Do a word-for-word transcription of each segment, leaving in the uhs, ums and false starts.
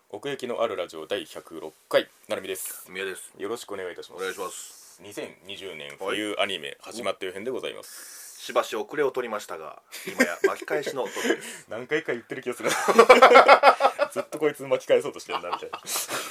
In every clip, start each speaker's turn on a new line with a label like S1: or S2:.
S1: 奥行きのあるラジオだいひゃくろっかい、なるみです。
S2: 宮です。
S1: よろしくお願いいたします。
S2: お願いします。
S1: にせんにじゅうねん冬アニメ始まってる編でございます。
S2: しばし遅れを取りましたが、今や巻き返しの時です。
S1: 何回か言ってる気がする。ずっとこいつ巻き返そうとしてるなみたいな。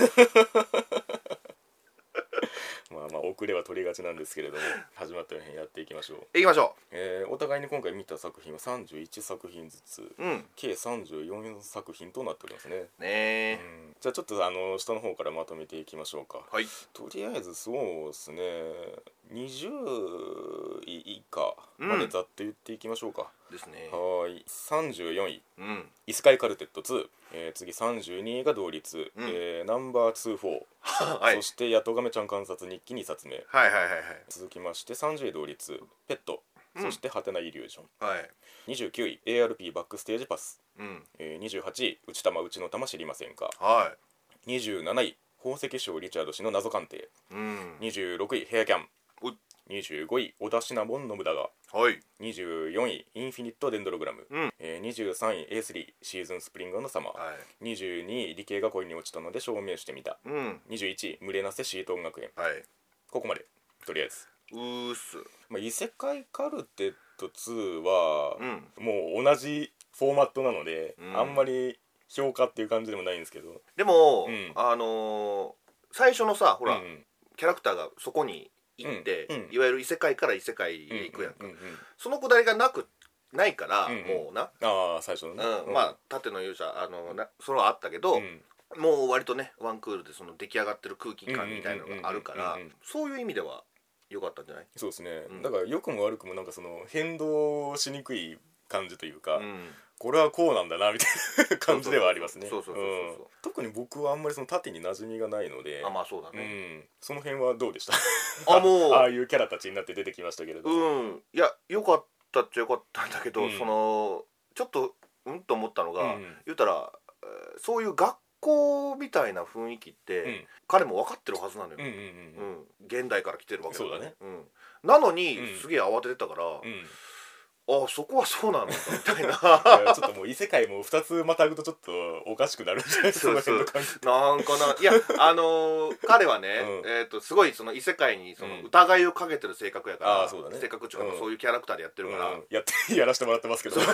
S1: まあまあ遅れは取りがちなんですけれども、始まったようにやっていきましょう。
S2: 行きましょう。
S1: えー、お互いに今回見た作品はさんじゅういちさく品ずつ、
S2: うん、
S1: 計さんじゅうよんさく品となっておりますね。
S2: ねえ、
S1: うん、じゃあちょっとあの下の方からまとめていきましょうか。
S2: はい。
S1: とりあえずそうですね、にじゅうい以下までざっと言っていきましょうか。
S2: ですね。
S1: はい。さんじゅうよんい、
S2: うん、
S1: 異世界カルテットツー、えー、次さんじゅうにいが同率、
S2: うん、
S1: えー、ナンバーツーフォー、
S2: はい、
S1: そしてヤトガメちゃん観察日記にさつめ、
S2: はいはいはいはい。
S1: 続きましてさんじゅうい同率ペット、
S2: うん、
S1: そしてハテナイリュージョン、
S2: はい、
S1: にじゅうきゅうい エーアールピー バックステージパス、
S2: うん、
S1: えー、にじゅうはちい内玉内の玉知りませんか、
S2: は
S1: にじゅうなない宝石商リチャード氏の謎鑑定、
S2: い、うん、
S1: にじゅうろくいヘアキャン、
S2: おい、
S1: にじゅうごい小田シナモンの無駄が、
S2: はい、
S1: にじゅうよんいインフィニットデンドログラム、
S2: うん、
S1: えー、にじゅうさんい エースリー シーズンスプリングのサマー、
S2: はい、
S1: にじゅうにい理系が恋に落ちたので証明してみた、
S2: うん、
S1: にじゅういちい群れなせシート音楽園、
S2: はい、
S1: ここまでとりあえず。
S2: うーす、
S1: まあ、異世界カルテットツーは、
S2: うん、
S1: もう同じフォーマットなので、
S2: うん、
S1: あんまり評価っていう感じでもないんですけど、
S2: でも、
S1: うん、
S2: あのー、最初のさ、ほら、
S1: うんうん、
S2: キャラクターがそこに行って、
S1: うんうん、
S2: いわゆる異世界から異世界へ行くやんか、
S1: うんうんうんうん、
S2: そのくだりがなくないから、
S1: うんうん、
S2: もうな、
S1: ああ最初のね、
S2: うん、まあ盾の勇者あのなそれはあったけど、
S1: うん、
S2: もう割とねワンクールでその出来上がってる空気感みたいなのがあるから
S1: うんうんうんうんうん、
S2: そういう意味では良かったんじゃない？
S1: そうですね、
S2: うん、
S1: だから良くも悪くもなんかその変動しにくい感じというか、
S2: うん、
S1: これはこうなんだなみたいな感じではありますね。特に僕はあんまりその縦に馴染みがないので、
S2: あ、まあそうだね、
S1: うん、その辺はどうでした？
S2: あ、もう
S1: ああいうキャラたちになって出てきましたけれども、
S2: うん、いや良かったっちゃ良かったんだけど、
S1: うん、
S2: そのちょっとうんと思ったのが、
S1: うん、
S2: 言ったら、えー、そういう学校みたいな雰囲気って、うん、彼も分かってるはずなのよ、うんうんうん、現代から来てるわけだからね、うん、なのに、うん、すげえ慌ててたから、うん、あ、そこはそうなのかみたいな。
S1: いやちょっともう異世界もふたつまたぐとちょっとおかしくなるんじゃないですか。
S2: そうそうなんかないやあのー、彼はね、うん、えー、とすごいその異世界にその疑いをかけてる性格やから、うん、あ、そうだね、性格っていうか、うん、そういうキャラクターでやってるから、
S1: うん、やってやらせてもらってますけど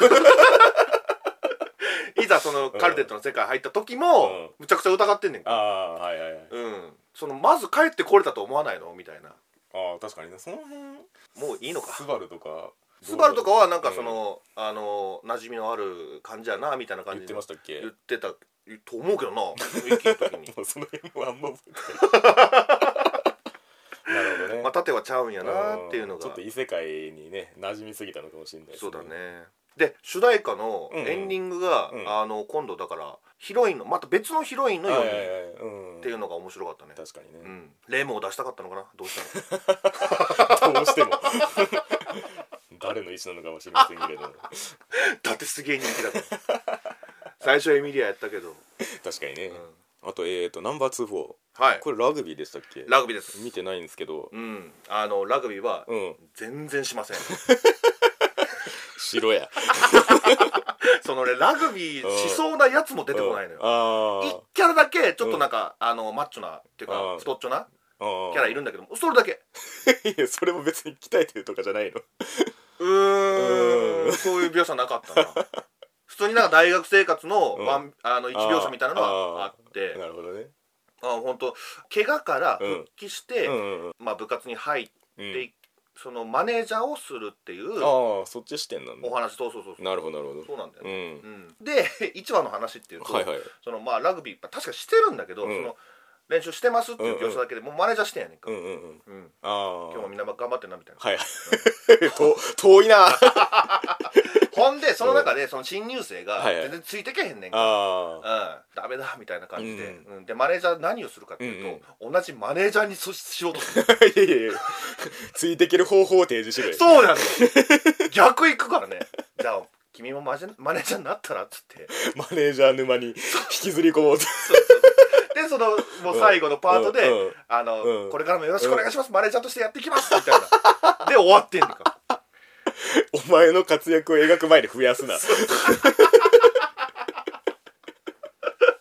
S2: いざそのカルテットの世界入った時も、うん、むちゃくちゃ疑ってんねんか。
S1: あ、はいはいはい、
S2: うん、そのまず帰ってこれたと思わないのみたいな。
S1: あ、確かにね、その辺
S2: もういいのか。
S1: スバルとか
S2: スバルとかはなんかその、うん、あの馴染みのある感じやなみたいな感じで
S1: 言ってましたっけ？
S2: 言ってたと思うけどな、一気の時に。
S1: もうその辺もあんま覚えてないなるほどね。
S2: まあ縦はちゃうんやなっていうのが、
S1: ちょっと異世界にね馴染みすぎたのかもしれないですね。
S2: そうだね。で主題歌のエンディングが、うんうん、あの今度だからヒロインのまた別のヒロインのよにんっていうのが面白かったね。
S1: 確かにね、うん、
S2: レモを出したかったのかな、どうした
S1: のどうしても誰の意思なのかもしれませんけれど
S2: だってすげえ人気だから最初エミリアやったけど
S1: 確かにね、うん、あとえーとナンバーツーフォー、はい、これラグビーでしたっけ？
S2: ラグビーです。
S1: 見てないんですけど、
S2: うん、あのラグビーは全然しません、うん
S1: 白や
S2: そのねラグビーしそうなやつも出てこないのよ。一キャラだけちょっとなんか、うん、あのマッチョなっていうか太っちょなキャラいるんだけども、それだけ
S1: いやそれも別に鍛えてるとかじゃないの
S2: うーんそういう描写なかったな普通になんか大学生活の、うん、あの一描写みたいなのがあって
S1: なるほどね。
S2: あ本当怪我から復帰して、うんまあ、部活に入っていって、うんそのマネージャーをするっていう
S1: ああそっち視点なんだ
S2: お話。そうそうそうそう
S1: なるほどなるほど
S2: そうなんだよね、うんうん、でいちわの話っていうと、はいはい、そのまあラグビー確かしてるんだけど、うん、その練習してますっていう描写だけで、うんうん、もうマネージャーしてんやねんか、うんうんうんうん、あ今日もみんな頑張ってんなみたいな、はい、
S1: うん、遠いな
S2: ほんでその中でその新入生が全然ついてけへんねんか、うん、ダメだみたいな感じで、うんうん、でマネージャー何をするかっていうと、うんうん、同じマネージャーにしようとする
S1: いやいやいやついてける方法を提示しろよ。
S2: そうなんだよ逆行くからねじゃあ君もマネージャーになったらっつって
S1: マネージャー沼に引きずり込もうと
S2: でそのもう最後のパートで、うんうん、あの、うん、これからもよろしくお願いします、うん、マネージャーとしてやっていきますみたいなで終わってんのか
S1: お前の活躍を描く前に増やすな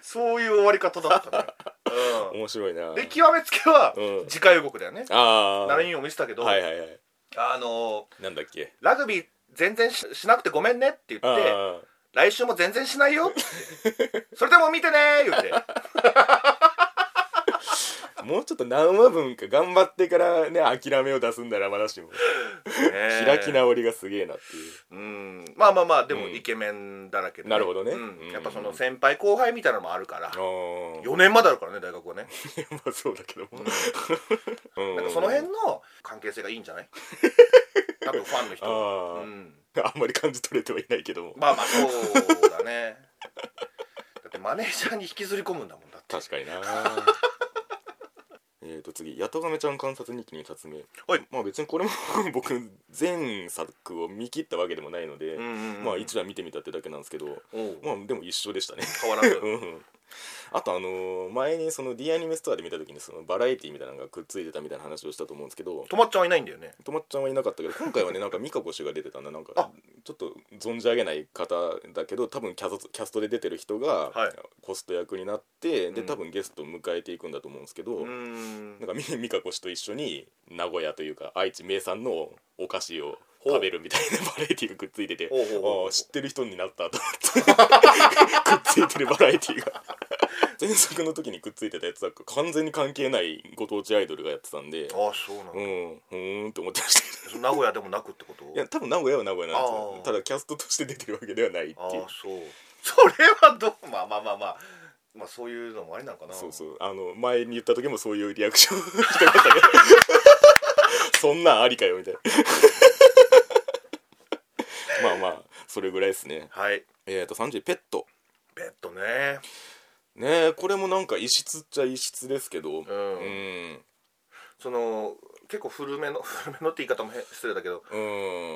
S2: そういう終わり方だったね、
S1: うん、面白いな。
S2: で極めつけは、うん、次回予告だよね。
S1: ああ
S2: ななにんを見せたけど、はいはいはい、あの
S1: ー、なんだっけ、
S2: ラグビー全然 し, しなくてごめんねって言って来週も全然しないよってそれでも見てね言って
S1: もうちょっと何話分か頑張ってからね諦めを出すんだらまだしも、ね、開き直りがすげえなっていう。
S2: うん、まあまあまあでもイケメンだらけで、ね、
S1: なるほどね、
S2: うん、やっぱその先輩後輩みたいなのもあるから、よねんまであるからね大学はね
S1: まあそうだけども、
S2: うん、なんかその辺の関係性がいいんじゃない多分ファンの人は、うん、
S1: あんまり感じ取れてはいないけども、
S2: まあまあそうだねだってマネージャーに引きずり込むんだもんだって。
S1: 確かになえーと次、やとがめちゃん観察日記に冊目、はい、まあ別にこれも僕前作を見切ったわけでもないので、うんうんうん、まあ一話見てみたってだけなんですけど、まあでも一緒でしたね
S2: 変わらず、う
S1: ん、あとあのー、前にその D アニメストアで見た時にそのバラエティみたいなのがくっついてたみたいな話をしたと思うんですけど、
S2: とまっちゃんはいないんだよね。
S1: とまっちゃんはいなかったけど今回はねなんか美香子氏が出てたんだ。なんかちょっと存じ上げない方だけど多分キャスト、キャストで出てる人がホスト役になって、はい、で多分ゲストを迎えていくんだと思うんですけど、うん、なんか美香子氏と一緒に名古屋というか愛知名産のお菓子を食べるみたいなバラエティがくっついてて、ああ知ってる人になったと思ってくっついてるバラエティが前作の時にくっついてたやつは完全に関係ないご当地アイドルがやってたんで、
S2: ああそうなんだ、
S1: うんふーんって思ってましたけど
S2: 名古屋でもなくってこと？
S1: いや多分名古屋は名古屋なんですよ。ただキャストとして出てるわけではないっていう。ああ
S2: そうそれはどうまあまあまあまあまあそういうのもありなのかな。
S1: そうそう、あの前に言った時もそういうリアクションしてましたけどそんなんありかよみたいなまあまあそれぐらいですね。
S2: はい。
S1: えーとさんじゅういペット。
S2: ペットね。
S1: ねえこれもなんか異質っちゃ異質ですけど、うん、うん、
S2: その結構古めの古めのって言い方も失礼だけど、
S1: うん、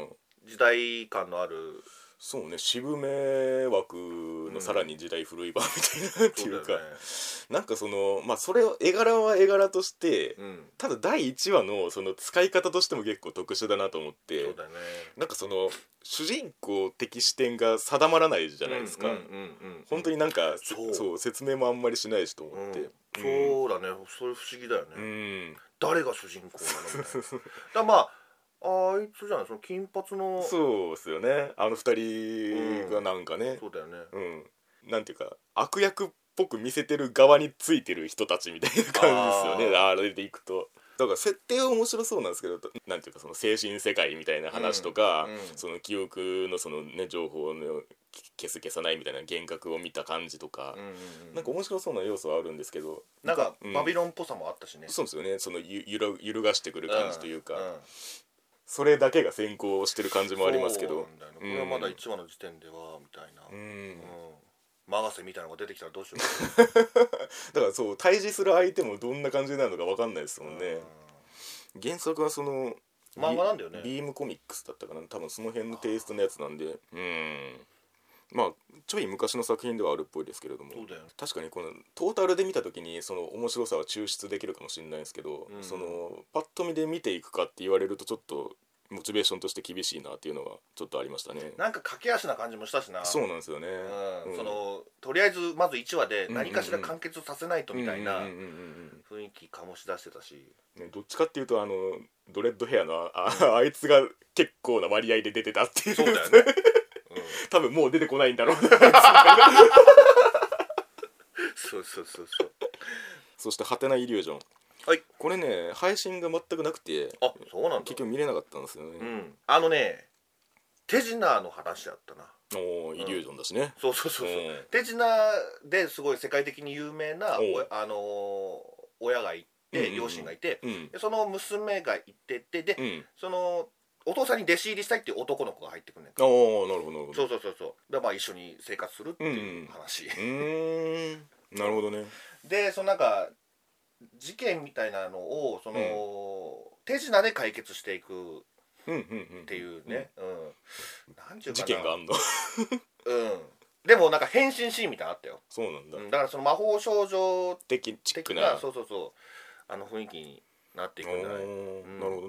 S2: 時代感のある。
S1: そうね、渋め枠のさらに時代古い版みたいなっていうか、うん、うね、なんかそのまあそれを絵柄は絵柄として、うん、ただだいいちわのその使い方としても結構特殊だなと思って、
S2: そうだね、
S1: なんかその主人公的視点が定まらないじゃないですか。本当になんかそうそう説明もあんまりしないしと思って、うん、
S2: そうだね、それ不思議だよね、うん、誰が主人公なのみたいなだまああいつじゃないその金髪の。
S1: そうですよね、あの二人がなんかね、うん、
S2: そうだよね、
S1: うん、なんていうか悪役っぽく見せてる側についてる人たちみたいな感じですよね、あれでいくと。だから設定は面白そうなんですけど、なんていうかその精神世界みたいな話とか、うんうん、その記憶のそのね情報の消す消さないみたいな幻覚を見た感じとか、うんうんうん、なんか面白そうな要素はあるんですけど、
S2: なんかバビロンっぽさもあったしね、
S1: うん、そうですよね、そのゆゆら揺るがしてくる感じというか、うんうん、それだけが先行してる感じもありますけど、
S2: そうなんだよね、これはまだいちわの時点ではみたいな、うん、うんマガセみたいなのが出てきたらどうしようだ
S1: からそう対峙する相手もどんな感じになるのか分かんないですもんね。原作はその
S2: 漫画なんだよね、
S1: ビームコミックスだったかな、多分その辺のテイストのやつなんで、うんまあちょい昔の作品ではあるっぽいですけれども、
S2: そうだよね、
S1: 確かにこのトータルで見た時にその面白さは抽出できるかもしれないですけど、うん、そのパッと見で見ていくかって言われるとちょっとモチベーションとして厳しいなっていうのはちょっとありましたね。
S2: なんか駆け足な感じもしたしな。
S1: そうなんですよね、
S2: うんうん、そのとりあえずまずいちわで何かしら完結させないとみたいな雰囲気醸し出してたし、
S1: ね、どっちかっていうとあのドレッドヘアの あ, あ, あいつが結構な割合で出てたっていう。
S2: そうだよね、うん、
S1: 多分もう出てこないんだろうな
S2: そうそうそうそう。
S1: そしてハテナイリュージョン、はい、これね配信が全くなくて、
S2: あ、そうなんだ、
S1: 結局見れなかったんですよね、
S2: うん、あのね手品の話だったな。
S1: おイリュージョンだしね、うん、
S2: そうそうそうそう、手品ですごい世界的に有名なあのー、親がいて、うん、両親がいて、うん、でその娘がいててで、うん、そのお父さんに弟子入りしたいっていう男の子が入ってくるねん。
S1: ああなるほどなるほど。
S2: そうそうそうそうでまあ一緒に生活するっていう話、
S1: うん、うんなるほどね。
S2: でそのなんか事件みたいなのをその、うん、手品で解決していくっていうね、うん、うん、なんちゅうかな
S1: 事件があんの
S2: うんでもなんか変身シーンみたいなのあったよ。
S1: そうなんだ、
S2: うん、だからその魔法少女
S1: 的チックな
S2: そうそうそうあの雰囲気になっていくんじゃない、
S1: うん、なるほどね。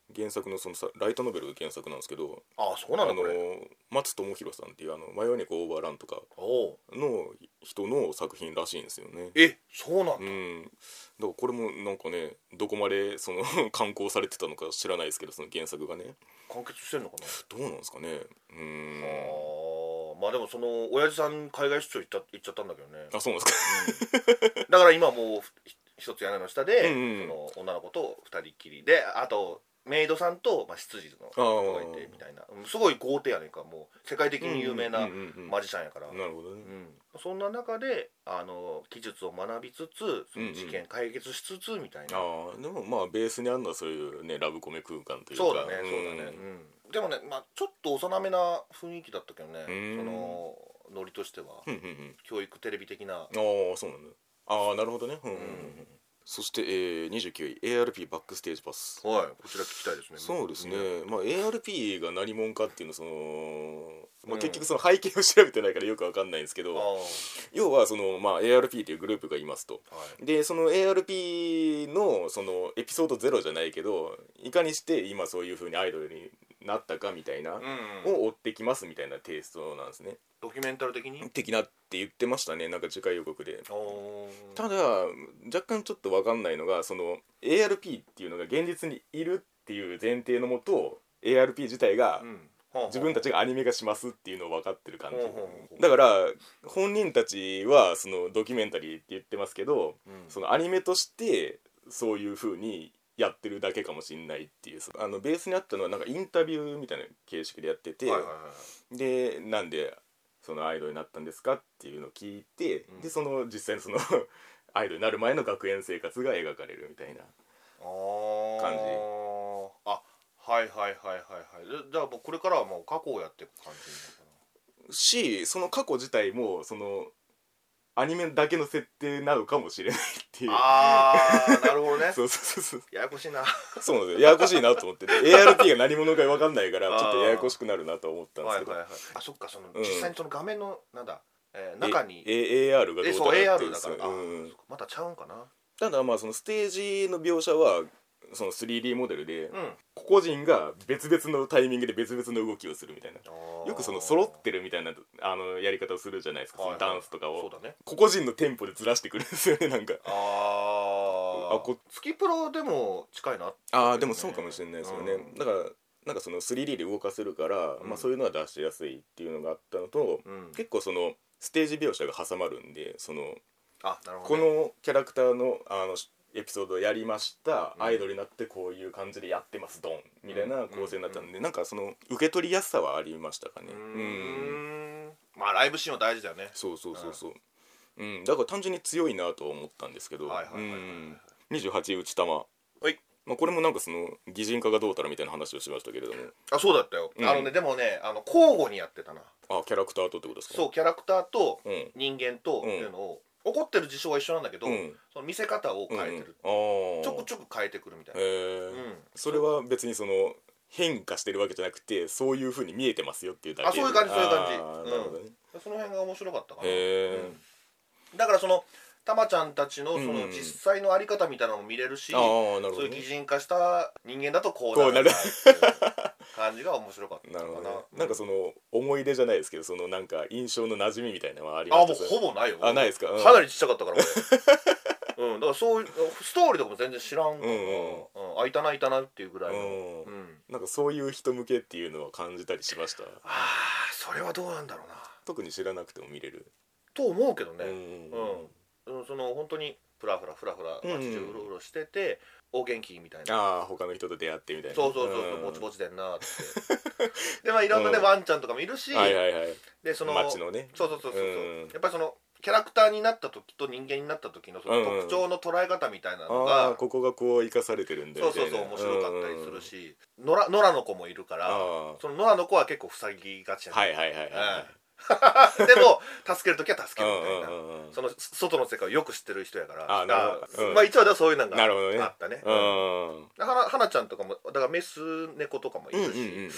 S1: 原作のそのさライトノベルが原作なんですけど、
S2: ああそうなんだ
S1: あの
S2: これ。
S1: 松智弘さんっていうあの迷い猫オーバーランとか
S2: お
S1: の人の作品らしいんですよね。
S2: えそうなんだ、
S1: うん、だからこれもなんかねどこまでその刊行されてたのか知らないですけど、その原作がね
S2: 完結してんのかな。
S1: どうなんですかね。うーん
S2: あまあでもその親父さん海外出張行った行っちゃったんだけどね。
S1: あそうなんですか、
S2: うん、だから今もうひ一つ屋根の下で、
S1: うんうん
S2: その女の子と二人っきりで、あとメイドさんと、まあ、執事の人がいてみたいな、うんすごい豪邸やねんか。もう世界的に有名なマジシャンやから、
S1: なるほどね、
S2: うん、そんな中であの技術を学びつつその事件解決しつつみたいな、
S1: ああでもまあベースにあるのはそういうねラブコメ空間というか。
S2: そうだね、そうだね、うん、でもね、まあ、ちょっと幼めな雰囲気だったけどね、
S1: うん
S2: そのノリとしては、
S1: うんうんうん
S2: 教育テレビ的な。
S1: ああそうなんだ。ああなるほどね、うんうんうん、そして、えー、にじゅうきゅうい エーアールピー バックステージパス。
S2: はいこちら聞きたいですね。
S1: そうですね、まあ エーアールピー が何者かっていうのその、まあ、
S2: うん
S1: 結局その背景を調べてないからよくわかんないんですけど、
S2: あ
S1: 要はその、まあ、エーアールピー というグループがいますと。
S2: あ、はい
S1: でその エーアールピー のそのエピソードゼロじゃないけどいかにして今そういう風にアイドルになったかみたいな、
S2: うん
S1: を追ってきますみたいなテイストなんですね。
S2: ドキュメンタル的に。
S1: 的なって言ってましたね、なんか次回予告で。
S2: お
S1: ただ若干ちょっと分かんないのがその エーアールピー っていうのが現実にいるっていう前提のもと エーアールピー 自体が
S2: うん
S1: 自分たちがアニメ化しますっていうのを分かってる感じ
S2: ほうほうほう
S1: だから本人たちはそのドキュメンタリーって言ってますけど、
S2: うん
S1: そのアニメとしてそういう風にやってるだけかもしんないっていう、あのベースにあったのはなんかインタビューみたいな形式でやってて、
S2: はいはいはい
S1: でなんでそのアイドルになったんですかっていうのを聞いて、
S2: うん
S1: でその実際のそのアイドルになる前の学園生活が描かれるみたいな
S2: あー
S1: 感じ。
S2: あはいはいはいはいはい。じじゃあもうこれからはもう過去をやっていく感じなのか
S1: しその過去自体もそのアニメだけの設定なのかもしれないっていう。
S2: な。ああなるほどね
S1: そうそうそうそう
S2: ややこしいな。
S1: そうなんですよ、ややこしいなと思って エーアールピー が何者か分かんないからちょっとややこしくなるなと思ったんですけど、
S2: はいはいはい。あそっかその、
S1: うん
S2: 実際にその画面のなんだ、えー中に
S1: え エーアール がどうた
S2: えそう エーアール
S1: らっていう
S2: だから、あ
S1: うん
S2: ーそっかまたちゃうんかな。
S1: ただまあそのステージの描写はその スリーディー モデルで、
S2: うん
S1: 個々人が別々のタイミングで別々の動きをするみたいな、
S2: あー
S1: よくその揃ってるみたいなあのやり方をするじゃないですか、
S2: はいはい
S1: そのダンスとかを
S2: そうだね。
S1: 個々人のテンポでずらしてくるんですよねなんか。
S2: ああ
S1: あこ
S2: スキプロでも近いな。
S1: ああでもそうかもしれないですよね、
S2: うん
S1: だからなんかその スリーディー で動かせるから、
S2: うん
S1: まあ、そういうのは出しやすいっていうのがあったのと、
S2: うん
S1: 結構そのステージ描写が挟まるんでその
S2: あなるほ
S1: こ
S2: ど、ね、
S1: のキャラクターのあのエピソードをやりました、
S2: うん
S1: アイドルになってこういう感じでやってますドンみたいな構成になったんで、なんかその受け取りやすさはありましたかね。
S2: うー
S1: うん
S2: んまあライブシーンは大事だよね。
S1: そうそうそうそう、うん、だから単純に強いなとは思ったんですけど、
S2: はいはいはいはいはい
S1: うんにじゅうはち内玉、
S2: はい
S1: まあ、これもなんかその擬人化がどうたらみたいな話をしましたけれども、
S2: あそうだったよ、
S1: うん
S2: あのねでもねあの交互にやってたな。
S1: あキャラクターとってことですか。
S2: そうキャラクターと
S1: うん
S2: 人間と
S1: うん
S2: っていうのを、起こってる事象は一緒なんだけど、
S1: うん
S2: その見せ方を変えてる、
S1: うん、ああ
S2: ちょくちょく変えてくるみたいな、
S1: へえ、
S2: うん
S1: それは別にその変化してるわけじゃなくてそういう風に見えてますよっていうだけ。
S2: あそういう感じそういう感じ
S1: あーなるほどね、
S2: その辺が面白かったかな。
S1: へえ、
S2: うんだからそのたまちゃんたちのそ
S1: うんうん
S2: の実際のあり方みたいなのも見れるし、
S1: ああなるほどね
S2: そういう擬人化した人間だとこう
S1: こうなる
S2: なるんだっていう感じが面白かったかな。
S1: なるほどね、
S2: うん
S1: なんかその思い出じゃないですけどそのなんか印象の馴染みみたいなのはあり
S2: あもう
S1: ました。
S2: ほぼないよ。
S1: あないですか、うん
S2: かなりちっちゃかったから俺うんだからそういうストーリーとかも全然知らんから、
S1: うん
S2: うんあいたないたなっていうぐらいの、
S1: うん
S2: うん
S1: なんかそういう人向けっていうのは感じたりしました。
S2: ああそれはどうなんだろうな
S1: 特に知らなくても見れる。
S2: と思うけどね、
S1: うん
S2: うんうんその本当にフラフラフラフラ
S1: うん
S2: 街中うろうろしてて、お元気みたいな、
S1: ああ他の人と出会ってみたいな。
S2: そうそうそうそう、
S1: ん
S2: ぼちぼちでんなってでまあいろんなね、
S1: うん
S2: ワンちゃんとかもいるし、
S1: はいはいはい。
S2: でその
S1: 街のね。
S2: そうそうそうそう、
S1: うん
S2: やっぱりそのキャラクターになった時と人間になった時のその
S1: うんうん
S2: 特徴の捉え方みたいなの
S1: あ
S2: が、
S1: あここがこう生かされてるんだ
S2: そうそう
S1: みたいな。
S2: そう面白かったりするし、野良野良の子もいるから
S1: あー
S2: その野良の子は結構塞ぎがちやね、
S1: はいはいはいはい。
S2: うんでも助ける時は助けるみたいな、
S1: うんうんうんうん
S2: その外の世界をよく知ってる人やから
S1: あなるほどうん
S2: まあ一話ではそういうのが
S1: なるほどね。
S2: あったね、
S1: うん。うん
S2: はなはなちゃんとかもだからメス猫とかもいるし、
S1: うんうんうんうん。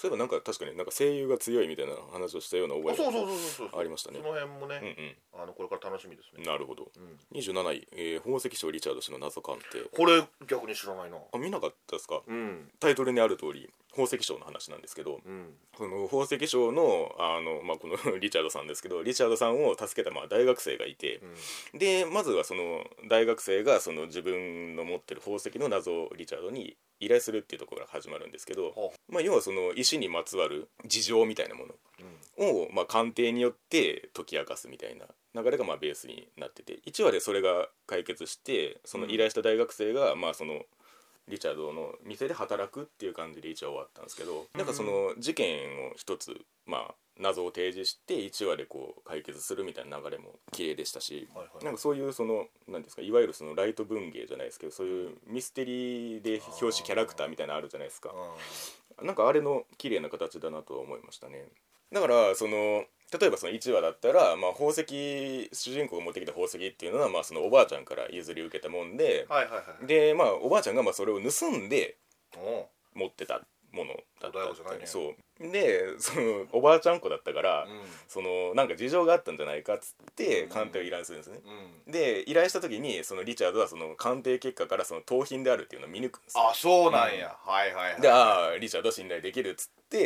S1: そういえばなんか確かになんか声優が強いみたいな話をしたような覚え
S2: そうそうそうそうそう
S1: ありましたね。
S2: その辺もね、
S1: うんうん、
S2: あのこれから楽しみですね。
S1: なるほど、
S2: うん、
S1: にじゅうなない、えー、宝石商リチャード氏の謎鑑定。
S2: これ逆に知らないな。
S1: あ、見なかったですか？
S2: うん、
S1: タイトルにある通り宝石商の話なんですけど、
S2: うん、
S1: その宝石商のあの、まあ、このリチャードさんですけど、リチャードさんを助けたまあ大学生がいて、うん、でまずはその大学生がその自分の持ってる宝石の謎をリチャードに依頼するっていうところから始まるんですけど、まあ、要はその石にまつわる事情みたいなものを、まあ、鑑定によって解き明かすみたいな流れがまあベースになってて、いちわでそれが解決して、その依頼した大学生がまあそのリチャードの店で働くっていう感じでいちわ終わったんですけど、なんかその事件を一つまあ謎を提示していちわでこう解決するみたいな流れも綺麗でしたし、はいはい、なんかそういうその何ですか、いわゆるそのライト文芸じゃないですけど、そういうミステリーで表紙キャラクターみたいなのあるじゃないですか。なんかあれの綺麗な形だなとは思いましたね。だからその例えばそのいちわだったら、まあ、宝石主人公が持ってきた宝石っていうのは、まあ、そのおばあちゃんから譲り受けたもんで、
S2: はいはいはい、
S1: でまあおばあちゃんがまあそれを盗んで持ってたものだったって、ね、そうでそのおばあちゃん子だったから、うん、そのなんか事情があったんじゃないかっつって鑑定を依頼するんですね、うん、で依頼した時にそのリチャードはその鑑定結果からその盗品であるっていうのを見抜くんですよ。
S2: あ、そうなんや、うん、はいはいはい。
S1: で、ああリチャード信頼できるっつって、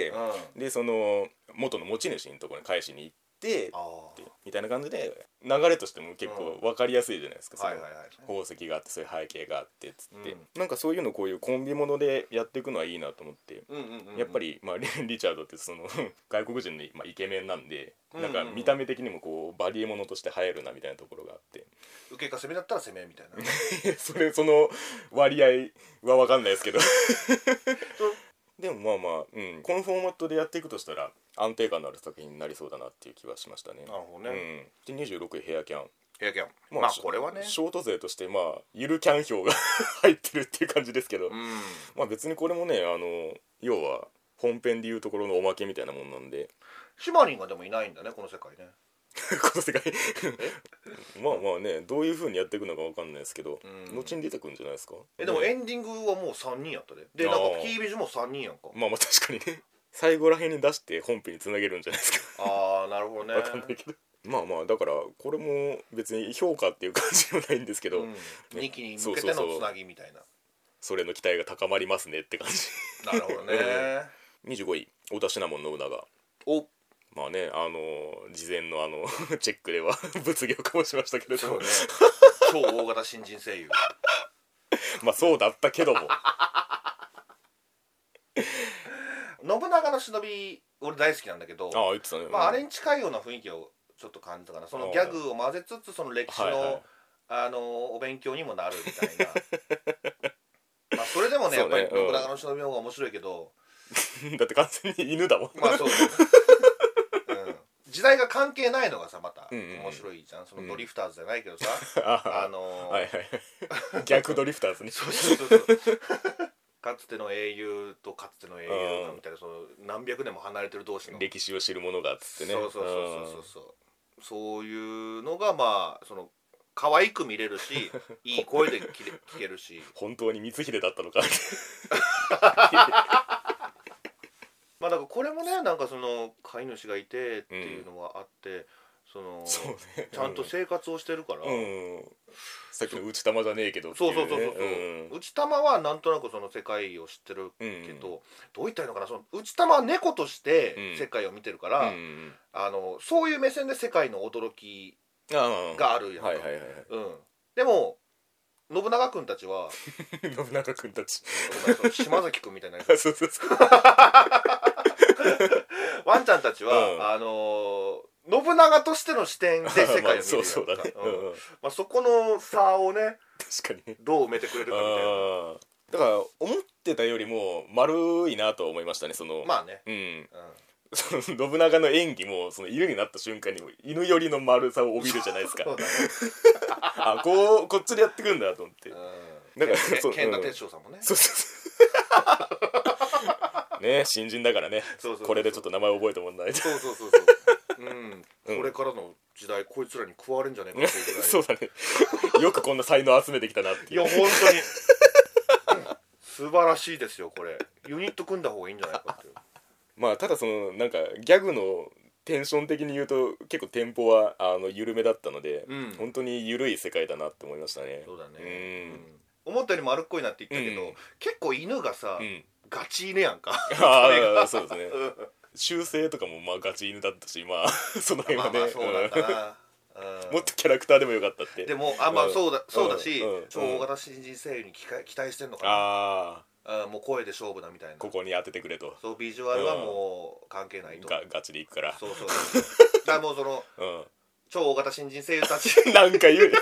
S1: うん、でその元の持ち主のところに返しに行ってでみたいな感じで流れとしても結構分かりやすいじゃないですか、うん、その宝石があってそういう背景があってっつって、うん、なんかそういうのこういうコンビものでやっていくのはいいなと思って、うんうんうんうん、やっぱり、まあ、リ, リチャードってその外国人の、まあ、イケメンなんで、うんうんうん、なんか見た目的にもこうバディものとして映えるなみたいなところがあって、
S2: 受けか攻めだったら攻めみたいな
S1: それその割合は分かんないですけどでもまあまあ、うん、このフォーマットでやっていくとしたら安定感のある作品になりそうだなっていう気はしましたね。
S2: なるほどね、
S1: うん、でにじゅうろくいヘアキャン
S2: ヘアキャン、まあ、まあこれはね
S1: ショート勢としてまあゆるキャン票が入ってるっていう感じですけど、うん、まあ別にこれもねあの要は本編でいうところのおまけみたいなもんなんで、
S2: シマリンがでもいないんだねこの世界ね
S1: この世界まあまあねどういう風にやっていくのか分かんないですけど、うん、後に出てくるんじゃないですか。
S2: えでもエンディングはもうさんにんやったで、でなんかキービジュもさんにんやんか。
S1: まあまあ確かにね最後らへんに出して本編につなげるんじゃないですか
S2: ああなるほどね
S1: 分かんないけどまあまあだからこれも別に評価っていう感じではないんですけど、うんね、
S2: にきに向けてのつなぎみたいな、そうそうそう
S1: それの期待が高まりますねって感じ
S2: なるほどね
S1: にじゅうごい太田シナモン信長。おまあねあの事前のあのチェックでは物議を醸しましたけれども、ね、
S2: 超大型新人声優
S1: まあそうだったけども
S2: 信長の忍び俺大好きなんだけど、
S1: ああ言ってたね、
S2: まあ、あれに近いような雰囲気をちょっと感じたかな。そのギャグを混ぜつつその歴史の、はいはい、あのお勉強にもなるみたいなまあそれでもねやっぱり信長の忍びの方が面白いけど
S1: だって完全に犬だもん
S2: まあそう時代が関係ないのがさまた面白いじゃん、うんうん、そのドリフターズじゃないけどさ、うん、あのー
S1: はいはい、逆ドリフターズね
S2: そうそうそうそうかつての英雄とかつての英雄みたいなその何百年も離れてる同士の
S1: 歴史を知る者がっつってね、
S2: そうそうそうそうそうそういうのがまあその可愛く見れるしいい声で聞けるし
S1: 本当に光秀だったのか
S2: まあだからこれもねなんかその飼い主がいてっていうのがあって、うん、その
S1: そうね、
S2: ちゃんと生活をしてるから、
S1: うんうん、さっきの内玉じゃねえけどっていう、ね、
S2: そうそうそうそう、うん、内玉はなんとなくその世界を知ってるけど、うん、どう言ったらいいのかなその内玉は猫として世界を見てるから、うん、あのそういう目線で世界の驚きがあるやんか、はいはいはいはい、うん、でも信長くんたちは
S1: 信長くんたち
S2: 島崎くんみたいなやつそうそうそうワンちゃんたちは、うん、あのー、信長としての視点で世界を見るやんか、そうそうだね、うんうんまあ、そこの差をね
S1: 確かに
S2: どう埋めてくれるかみたいな。
S1: だから思ってたよりも丸いなと思いましたねその
S2: まあね、
S1: うんうんその信長の演技もその犬になった瞬間に犬寄りの丸さを帯びるじゃないですかそうだ、ね、あこうこっちでやってくんだと思って、うん、
S2: だから健太哲章さんもね
S1: そうそうそうね新人だからねそうそうそうそうこれでちょっと名前覚えてもらわないと
S2: そうそうそうそう、うん、うん、これからの時代こいつらに食われんじゃねえかっていうぐらい
S1: そうだねよくこんな才能集めてきたなっていう
S2: いや本当に素晴らしいですよこれユニット組んだ方がいいんじゃないかっていう
S1: まあただそのなんかギャグのテンション的に言うと結構テンポはあの緩めだったので、うん、本当に緩い世界だなって思いましたね。
S2: そうだね、うん、思ったより丸っこいなって言ったけど、うん、結構犬がさ、うん、ガチ犬やんか
S1: ああそうですね習性とかもまあガチ犬だったし、まあその辺はね、まあまあそうだったなもっとキャラクターでもよかったって。
S2: でもあまあそうだ、そうだし、超大型新人声優に期待してんのかな。ああもう声で勝負だみたいな。
S1: ここに当ててくれと。
S2: そうビジュアルはもう関係ないと。
S1: ガガチでいくから。
S2: そうそうそう。だからもうその、うん、超大型新人声優たち
S1: なんか言う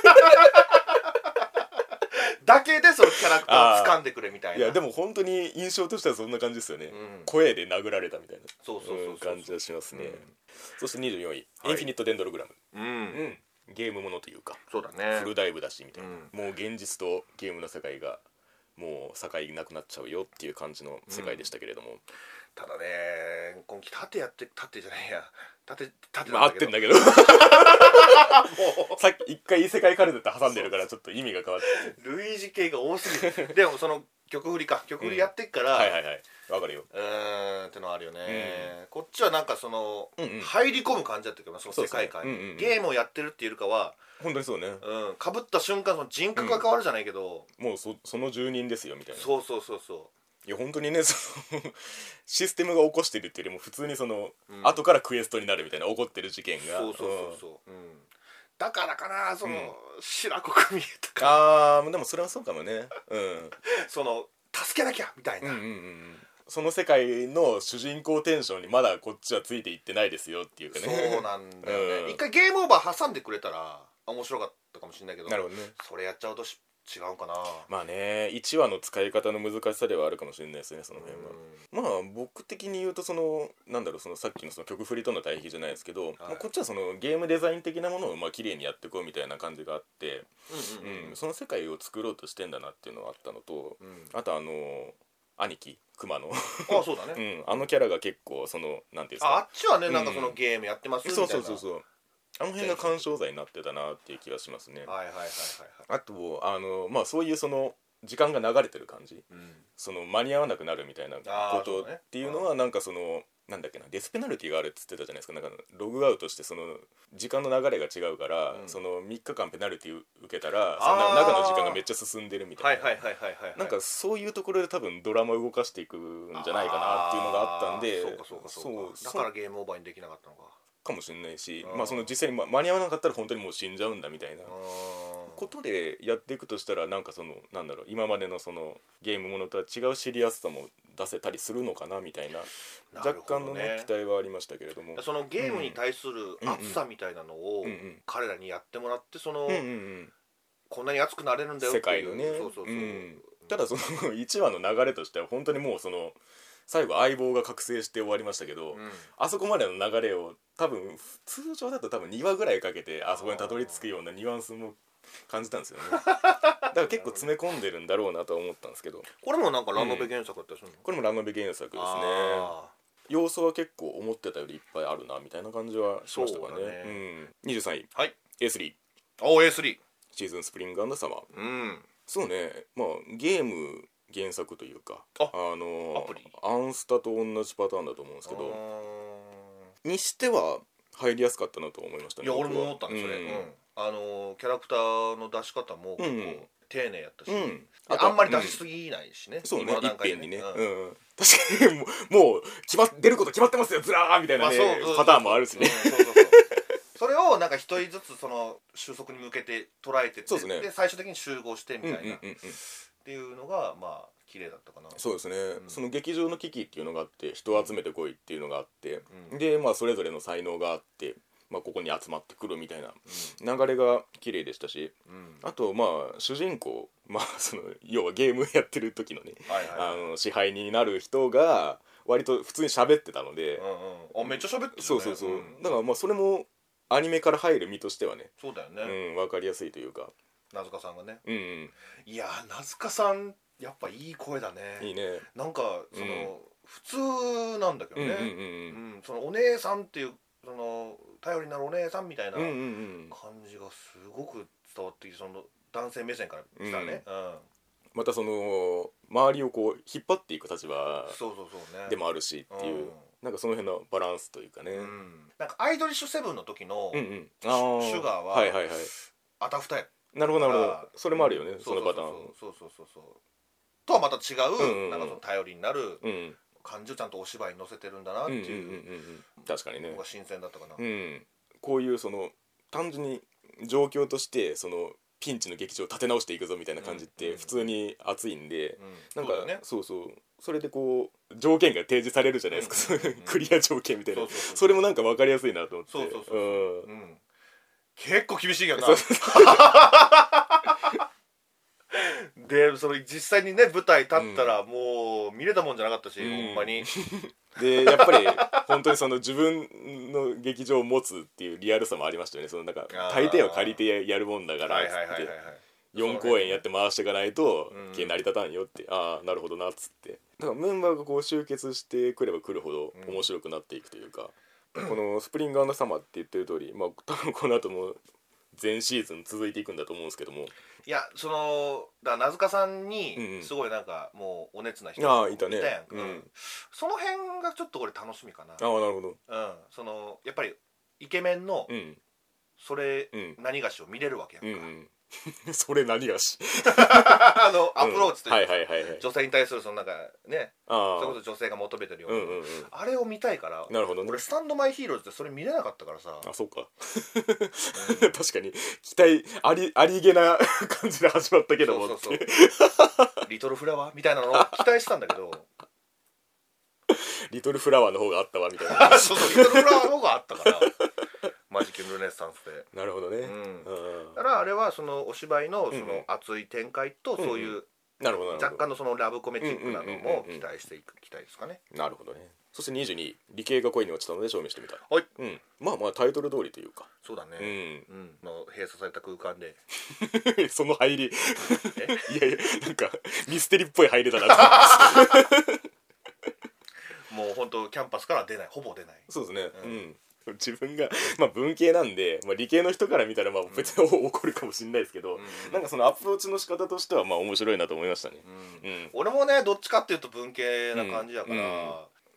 S2: だけでそのキャラクターを掴んでくれみたいな。
S1: いやでも本当に印象としてはそんな感じですよね、うん、声で殴られたみたいな
S2: そうそうそう
S1: 感じはしますね、うん、そしてにじゅうよんい、はい、インフィニット・デンドログラム、うんうん、ゲームものというか
S2: そうだね
S1: フルダイブだしみたいな、うん、もう現実とゲームの世界がもう境なくなっちゃうよっていう感じの世界でしたけれども、うん、
S2: ただね今期縦やって縦じゃないや縦縦
S1: なんだけど、まあ、合ってんだけどさっき一回異世界カルテって挟んでるからちょっと意味が変わって
S2: 類似系が多すぎるでもその曲振りか曲振りやってっから、うん、
S1: はいはいはいわかるよ
S2: うーんってのあるよね、うん、こっちはなんかその、うんうん、入り込む感じだったけどその世界観に、ねうんうんうん、ゲームをやってるっていうよりかは
S1: 本当にそうね、
S2: うん、かぶった瞬間その人格が変わるじゃないけど、
S1: うん、もう そ, その住人ですよみたいな
S2: そうそうそうそう
S1: いや本当にねそのシステムが起こしてるっていうよりも普通にその、うん、後からクエストになるみたいな起こってる事件が
S2: そうそうそうそう、うん、だからかなその、うん、白子組とか
S1: ああでもそれはそうかもねうん
S2: その助けなきゃみたいな、
S1: うんうんうん、その世界の主人公テンションにまだこっちはついていってないですよっていうかね
S2: そうなんだよね、うん、一回ゲームオーバー挟んでくれたら面白かったかもしれないけど
S1: なるほどね
S2: それやっちゃうとし違うかな
S1: まあねいちわの使い方の難しさではあるかもしれないですねその辺はまあ僕的に言うとそのなんだろうそのさっきのその曲振りとの対比じゃないですけど、はいまあ、こっちはそのゲームデザイン的なものをまあ綺麗にやっていこうみたいな感じがあって、うんうんうんうん、その世界を作ろうとしてんだなっていうのはあったのと、うん、あとあの兄貴熊野
S2: あそうだね、
S1: うん、あのキャラが結構そのなんていうんですか
S2: あ, あっちはね、うん、なんかそのゲームやってますみたいな
S1: そうそうそうそうあの辺が干渉剤になってたなっていう気がしますね。
S2: はいはいはいはい、はい、
S1: あとあのまあそういうその時間が流れてる感じ、うん、その間に合わなくなるみたいなことっていうのはなんかそのなんだっけなデスペナルティがあるっつってたじゃないですか。なんかログアウトしてその時間の流れが違うから、うん、そのみっかかんペナルティ受けたらその中の時間がめっちゃ進んでるみたいななんかそういうところで多分ドラマを動かしていくんじゃないかなっていうのがあったんで
S2: そうかそうかそうかだからゲームオーバーにできなかったのか
S1: かもしれないし、まあその実際に間に合わなかったら本当にもう死んじゃうんだみたいなことでやっていくとしたらなんかそのなんだろう今までのそのゲームものとは違うシリアスさも出せたりするのかなみたいな若干のね期待はありましたけれども
S2: そのゲームに対する熱さみたいなのを彼らにやってもらってそのこんなに熱くなれるんだよっていう世界のねそうそうそう、うん、
S1: ただそのいちわの流れとしては本当にもうその最後相棒が覚醒して終わりましたけど、うん、あそこまでの流れを多分通常だと多分にわぐらいかけてあそこにたどり着くようなニュアンスも感じたんですよねだから結構詰め込んでるんだろうなとは思ったんですけど
S2: これもなんかラノベ原作だったりするの、うん、
S1: これもラノベ原作ですね要素は結構思ってたよりいっぱいあるなみたいな感じはしましたからね、ねうん、にじゅうさんい、はい、エースリー
S2: お エースリー
S1: シーズンスプリング&サマー、うん、そうねまあゲーム原作というか あ, あのアプリアンスタと同じパターンだと思うんですけどにしては入りやすかったなと思いましたね。
S2: いや俺も思ったんですそれ、うん、あのキャラクターの出し方も結構丁寧やったし、うん、あ, あんまり出しすぎないしね、うん、
S1: そうねいっぺんにね、うんうん、確かにもう、もう決ま出ること決まってますよずらーみたいなね、まあ、パターンもあるしね、うん、そうそうそう
S2: それをなんか一人ずつその収束に向けて捉えてって、そうですね、で最終的に集合してみたいな、うんうんうんうん、っていうのがまあ綺麗だったかな。
S1: そうですね、うん、その劇場の危機っていうのがあって人を集めてこいっていうのがあって、うん、でまあそれぞれの才能があって、まあ、ここに集まってくるみたいな流れが綺麗でしたし、うん、あとまあ主人公、まあ、その要はゲームやってる時のね、はいはいはい、あの支配人になる人が割と普通に喋ってたので、
S2: うんうん、あめっちゃ喋ってるね。
S1: そうそうそう、うん、だからまあそれもアニメから入る身としてはね、
S2: そうだよね、
S1: うん、分かりやすいというか
S2: 名塚さんがね、
S1: うんうん、
S2: いや名塚さんやっぱいい声だね。
S1: いいね。なん
S2: かその、うん、普通なんだけどね、うんうんうんうん、そのお姉さんっていうその頼りになるお姉さんみたいな感じがすごく伝わってきてその男性目線からしたらね、うんうん、
S1: またその周りをこう引っ張っていく立場でもあるしっていう、 なんかその辺のバランスというかね、うん、
S2: なんかアイドリッシュセブンの時のシュガーはあたふたや。
S1: なるほどなるほど、それもあるよね、うん、そのパターン。
S2: そうそうそうそうとはまた違う、うんうん、なんかその頼りになる、うん、感じをちゃんとお芝居に乗せてるんだなっていう、うんうんうんうん、
S1: 確かにね、
S2: のが新鮮だったかな、
S1: うん、こういうその単純に状況としてそのピンチの劇場を立て直していくぞみたいな感じって普通に熱いんで、うんうん、なんかそうだね、そうそう、それでこう条件が提示されるじゃないですか、うんうんうん、クリア条件みたいな、そうそうそうそう、それもなんか分かりやすいなと思って、そうそうそうそう、うん、
S2: 結構厳しいよなでそれ実際にね舞台立ったらもう見れたもんじゃなかったし、うん、ほんまに
S1: でやっぱり本当にその自分の劇場を持つっていうリアルさもありましたよね。そのなんか大抵は借りてやるもんだからっつってよん公演やって回していかないと成り立たんよって、うん、ああなるほどなっつって、だからメンバーがこう集結してくればくるほど面白くなっていくというか、うん、このスプリング&サマーって言ってる通り、まあ多分この後も全シーズン続いていくんだと思うんですけども、
S2: いやそのだから名塚さんにすごいなんかもうお熱な人
S1: がいたね、
S2: いたやんか、うん、その辺がちょっと俺楽しみかな。
S1: ああなるほど、
S2: うん、そのやっぱりイケメンのそれ、うん、何がしを見れるわけやんか、うんうん
S1: それ何がし
S2: あのアプローチというか、
S1: うんはいはいはいはい、
S2: 女性に対するそのなんかね、それこそ女性が求めてるような、うんうんうん、あれを見たいから。
S1: なるほどね、
S2: 俺スタンドマイヒーローズってそれ見れなかったからさ。
S1: あそうか、うん、確かに期待ありありげな感じで始まったけども、そうそう
S2: そうリトルフラワーみたいなのを期待したんだけど
S1: リトルフラワーの方があったわみたいな
S2: そうそうリトルフラワーの方があったからマジックルネッサンスで。
S1: なるほどね、
S2: うんうん、だからあれはそのお芝居のその熱い展開とそういう若干のそのラブコメチックなのも期待していく期待ですかね。
S1: なるほどね。そしてにじゅうにい理系が恋に落ちたので証明してみた。
S2: はい、
S1: うん、まあまあタイトル通りというか、
S2: そうだね、うん、うん、の閉鎖された空間で
S1: その入りいやいやなんかミステリーっぽい入りだな
S2: もう本当キャンパスから出ない、ほぼ出ない。
S1: そうですね、うん、うん自分が、まあ、文系なんで、まあ、理系の人から見たらまあ別に、うん、怒るかもしれないですけど、うん、なんかそのアプローチの仕方としてはまあ面白いなと思いましたね、
S2: うんうん、俺もねどっちかっていうと文系な感じやから、うん、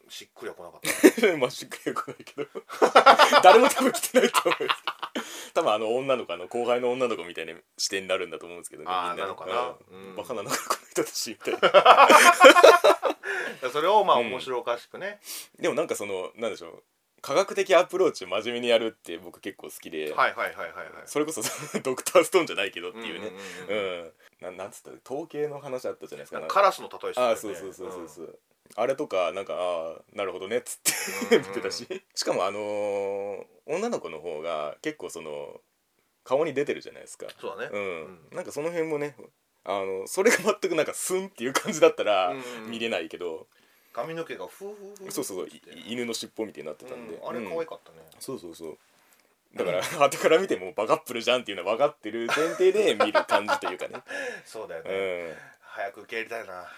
S2: しっくりは来なかった
S1: まあしっくりは来ないけど誰も多分来てないと思うんですけど多分あの女の子あの後輩の女の子みたいな視点になるんだと思うんですけどね、
S2: あみんななのかな、
S1: うん、バカなのかこの人たちみたい
S2: なそれをまあ面白おかしくね、
S1: うん、でもなんかそのなんでしょう科学的アプローチを真面目にやるって僕結構好きで、
S2: はいはいはいはい、はい、
S1: それこそドクターストーンじゃないけどっていうね、うん、うん、な, なんつったら統計の話あったじゃないですか、
S2: カラスの例えしてたよね。
S1: あそうそうそうそうそう、うん、あれとかなんかああなるほどねっつって見てたし、しかもあのー、女の子の方が結構その顔に出てるじゃないですか。
S2: そうだね、
S1: うん、なんかその辺もねあのそれが全くなんかスンっていう感じだったら見れないけど、うんうん、
S2: 髪の毛がフーフーフー
S1: そうそう犬の尻尾みたいになってたんで、
S2: うん、あれ可愛かったね、
S1: うん、そうそうそうだから後から見てもバカップルじゃんっていうのは分かってる前提で見る感じというかね
S2: そうだよね、うん、早く受け入れたいな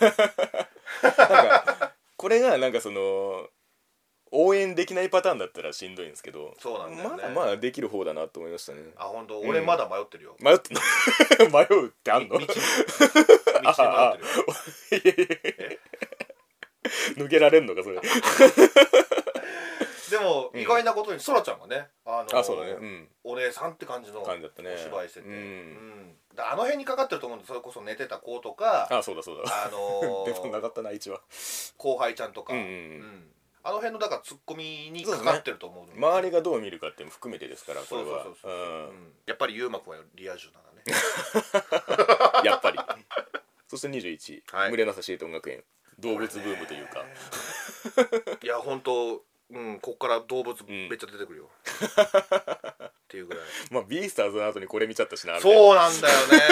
S1: なんかこれがなんかその応援できないパターンだったらしんどいんですけど、
S2: そうなんだよね、
S1: まだまあできる方だなと思いましたね。
S2: あ本当、うん、俺まだ迷ってるよ。
S1: 迷ってんの迷うってあんの？道道で迷ってるよ抜けられんのかそれ
S2: でも、うん、意外なことにそらちゃんがね、あのー、
S1: あそうだね、うん、
S2: お姉さんって感じのお芝居してて、
S1: うんうん、
S2: あの辺にかかってると思うんで、それこそ寝てた子とか、
S1: あそうだそうだ、
S2: あのー、
S1: でもなかったな一話
S2: 後輩ちゃんとか、うんうんうん、あの辺のだからツッコミにかかってると思う、ね、
S1: 周りがどう見るかっていうのも含めてですから、これは
S2: やっぱりユーマくんはリア充なんだ
S1: ねやっぱりそしてにじゅういちい、はい、群れなさシート音楽園動物ブームというか
S2: いや本当うん、こっから動物めっちゃ出てくるよ、うん、っていうぐらい
S1: まあビースターズの後にこれ見ちゃったしな。
S2: そうなんだよね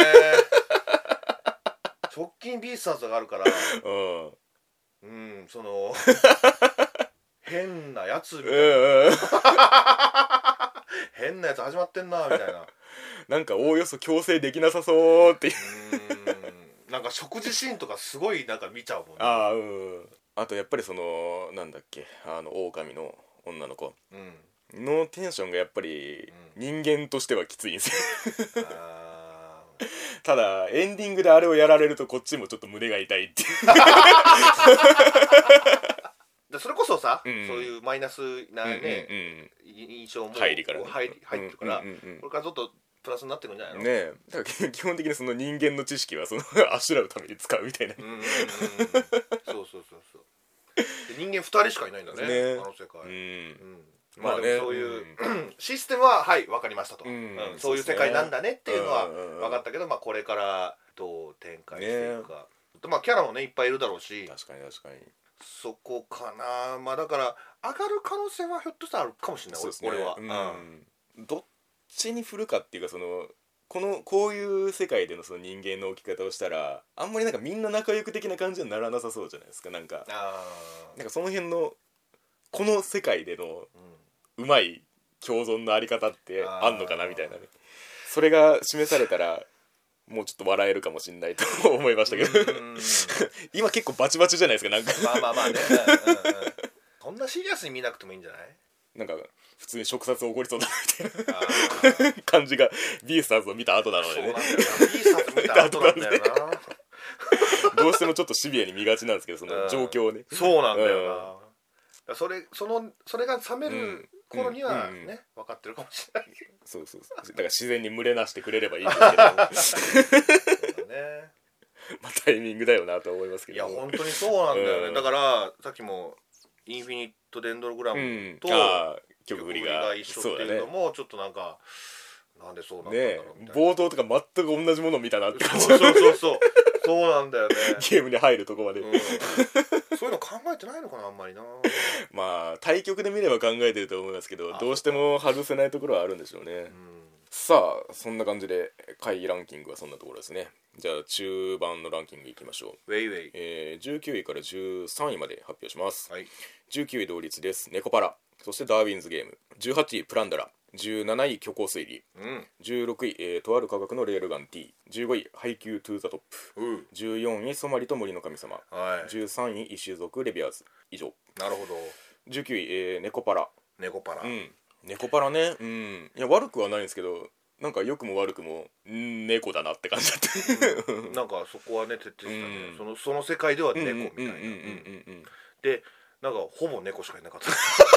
S2: 直近ビースターズがあるからうんうん、その変なやつみたいな、うんうん、変なやつ始まってんなみたいな
S1: なんかおおよそ強制できなさそうっていう
S2: うんなんか食事シーンとかすごいなんか見ちゃうもんね。
S1: あ、うん、あとやっぱりそのなんだっけあの狼の女の子のテンションがやっぱり人間としてはきついんですよ、うん、あただエンディングであれをやられるとこっちもちょっと胸が痛いっていう
S2: でそれこそさ、
S1: うん、
S2: そういうマイナスなね、
S1: うんうん
S2: うん、印象も
S1: 入りから、ね、
S2: 入り入ってるから、
S1: うんうんうん、
S2: これからずっとプラスになってくるんじゃないの。
S1: ねえ、だから基本的にその人間の知識はそのあしらうために使うみたいな、
S2: うんうんうん、そうそうそうそう人間ふたりしかいないんだ ね, ねあの世界、うんうん、まあでもそういう、うん、システムははい分かりましたと、うんうん、そういう世界なんだねっていうのは分かったけど、まあ、これからどう展開していくか、ね、まあキャラもねいっぱいいるだろうし、
S1: 確かに確かに
S2: そこかな。まあだから上がる可能性はひょっとしたらあるかもしれない、ね、俺は、
S1: うん、どっちに振るかっていうか、そのこのこういう世界でのその人間の置き方をしたらあんまりなんかみんな仲良く的な感じにならなさそうじゃないですか。なんか
S2: あ
S1: なんかその辺のこの世界でのうまい共存のあり方ってあんのかなみたいなね、それが示されたらもうちょっと笑えるかもしれないと思いましたけど今結構バチバチじゃないですか。なんか
S2: まあまあまあね、うんうんうん、そんなシリアスに見なくてもいいんじゃない。なん
S1: か普通に触殺起こりそうだみたいな感じがビースターズを見た後なのでね。
S2: そうなんだよな、ビースターズ見た後なんだよ
S1: などうしてもちょっとシビアに見がちなんですけど、その状況をね、
S2: うん、そうなんだよな、うん、それそのそれが冷める頃にはね、うんうん、分かってるかもしれないけど、
S1: そうそうそう、だから自然に群れなしてくれればいいんですけどそうだ
S2: ね
S1: まあタイミングだよなと思いますけど、
S2: いや本当にそうなんだよね、うん、だからさっきもインフィニットデンドログラムと、うん、あ
S1: 曲振りが
S2: 一緒っていうのもちょっとなんかなんでそうなんだろうみたいな、
S1: 冒頭とか全く同じもの見たなって感じ。
S2: そうそうそうそうそうなんだよね
S1: ゲームに入るとこまで、うん、
S2: そういうの考えてないのかなあんまりな。
S1: まあ対局で見れば考えてると思いますけど、どうしても外せないところはあるんでしょうね、うん、さあそんな感じで下位ランキングはそんなところですね。じゃあ中盤のランキングいきましょう。
S2: ウェイウェイ、
S1: えー、じゅうきゅういからじゅうさんいまで発表します、
S2: はい、
S1: じゅうきゅうい同率です。ネコパラ、そしてダーウィンズゲーム、じゅうはちいプランダラ、じゅうなない虚構推理、うん、じゅうろくい、えー、とある科学のレールガン T、 じゅうごいハイキュートゥーザトップ、うん、じゅうよんいソマリと森の神様、はい、じゅうさんい異種族レビアーズ。以上。
S2: なるほど。
S1: じゅうきゅうい、えー、ネコパラ。
S2: ネコパラ、うん、
S1: ネコパラね、うん、いや悪くはないんですけど、なんか良くも悪くもん猫だなって感じだった、
S2: うん、なんかそこはね徹底したね、うん、そのその世界では猫みたいな、でなんかほぼ猫しかいなかった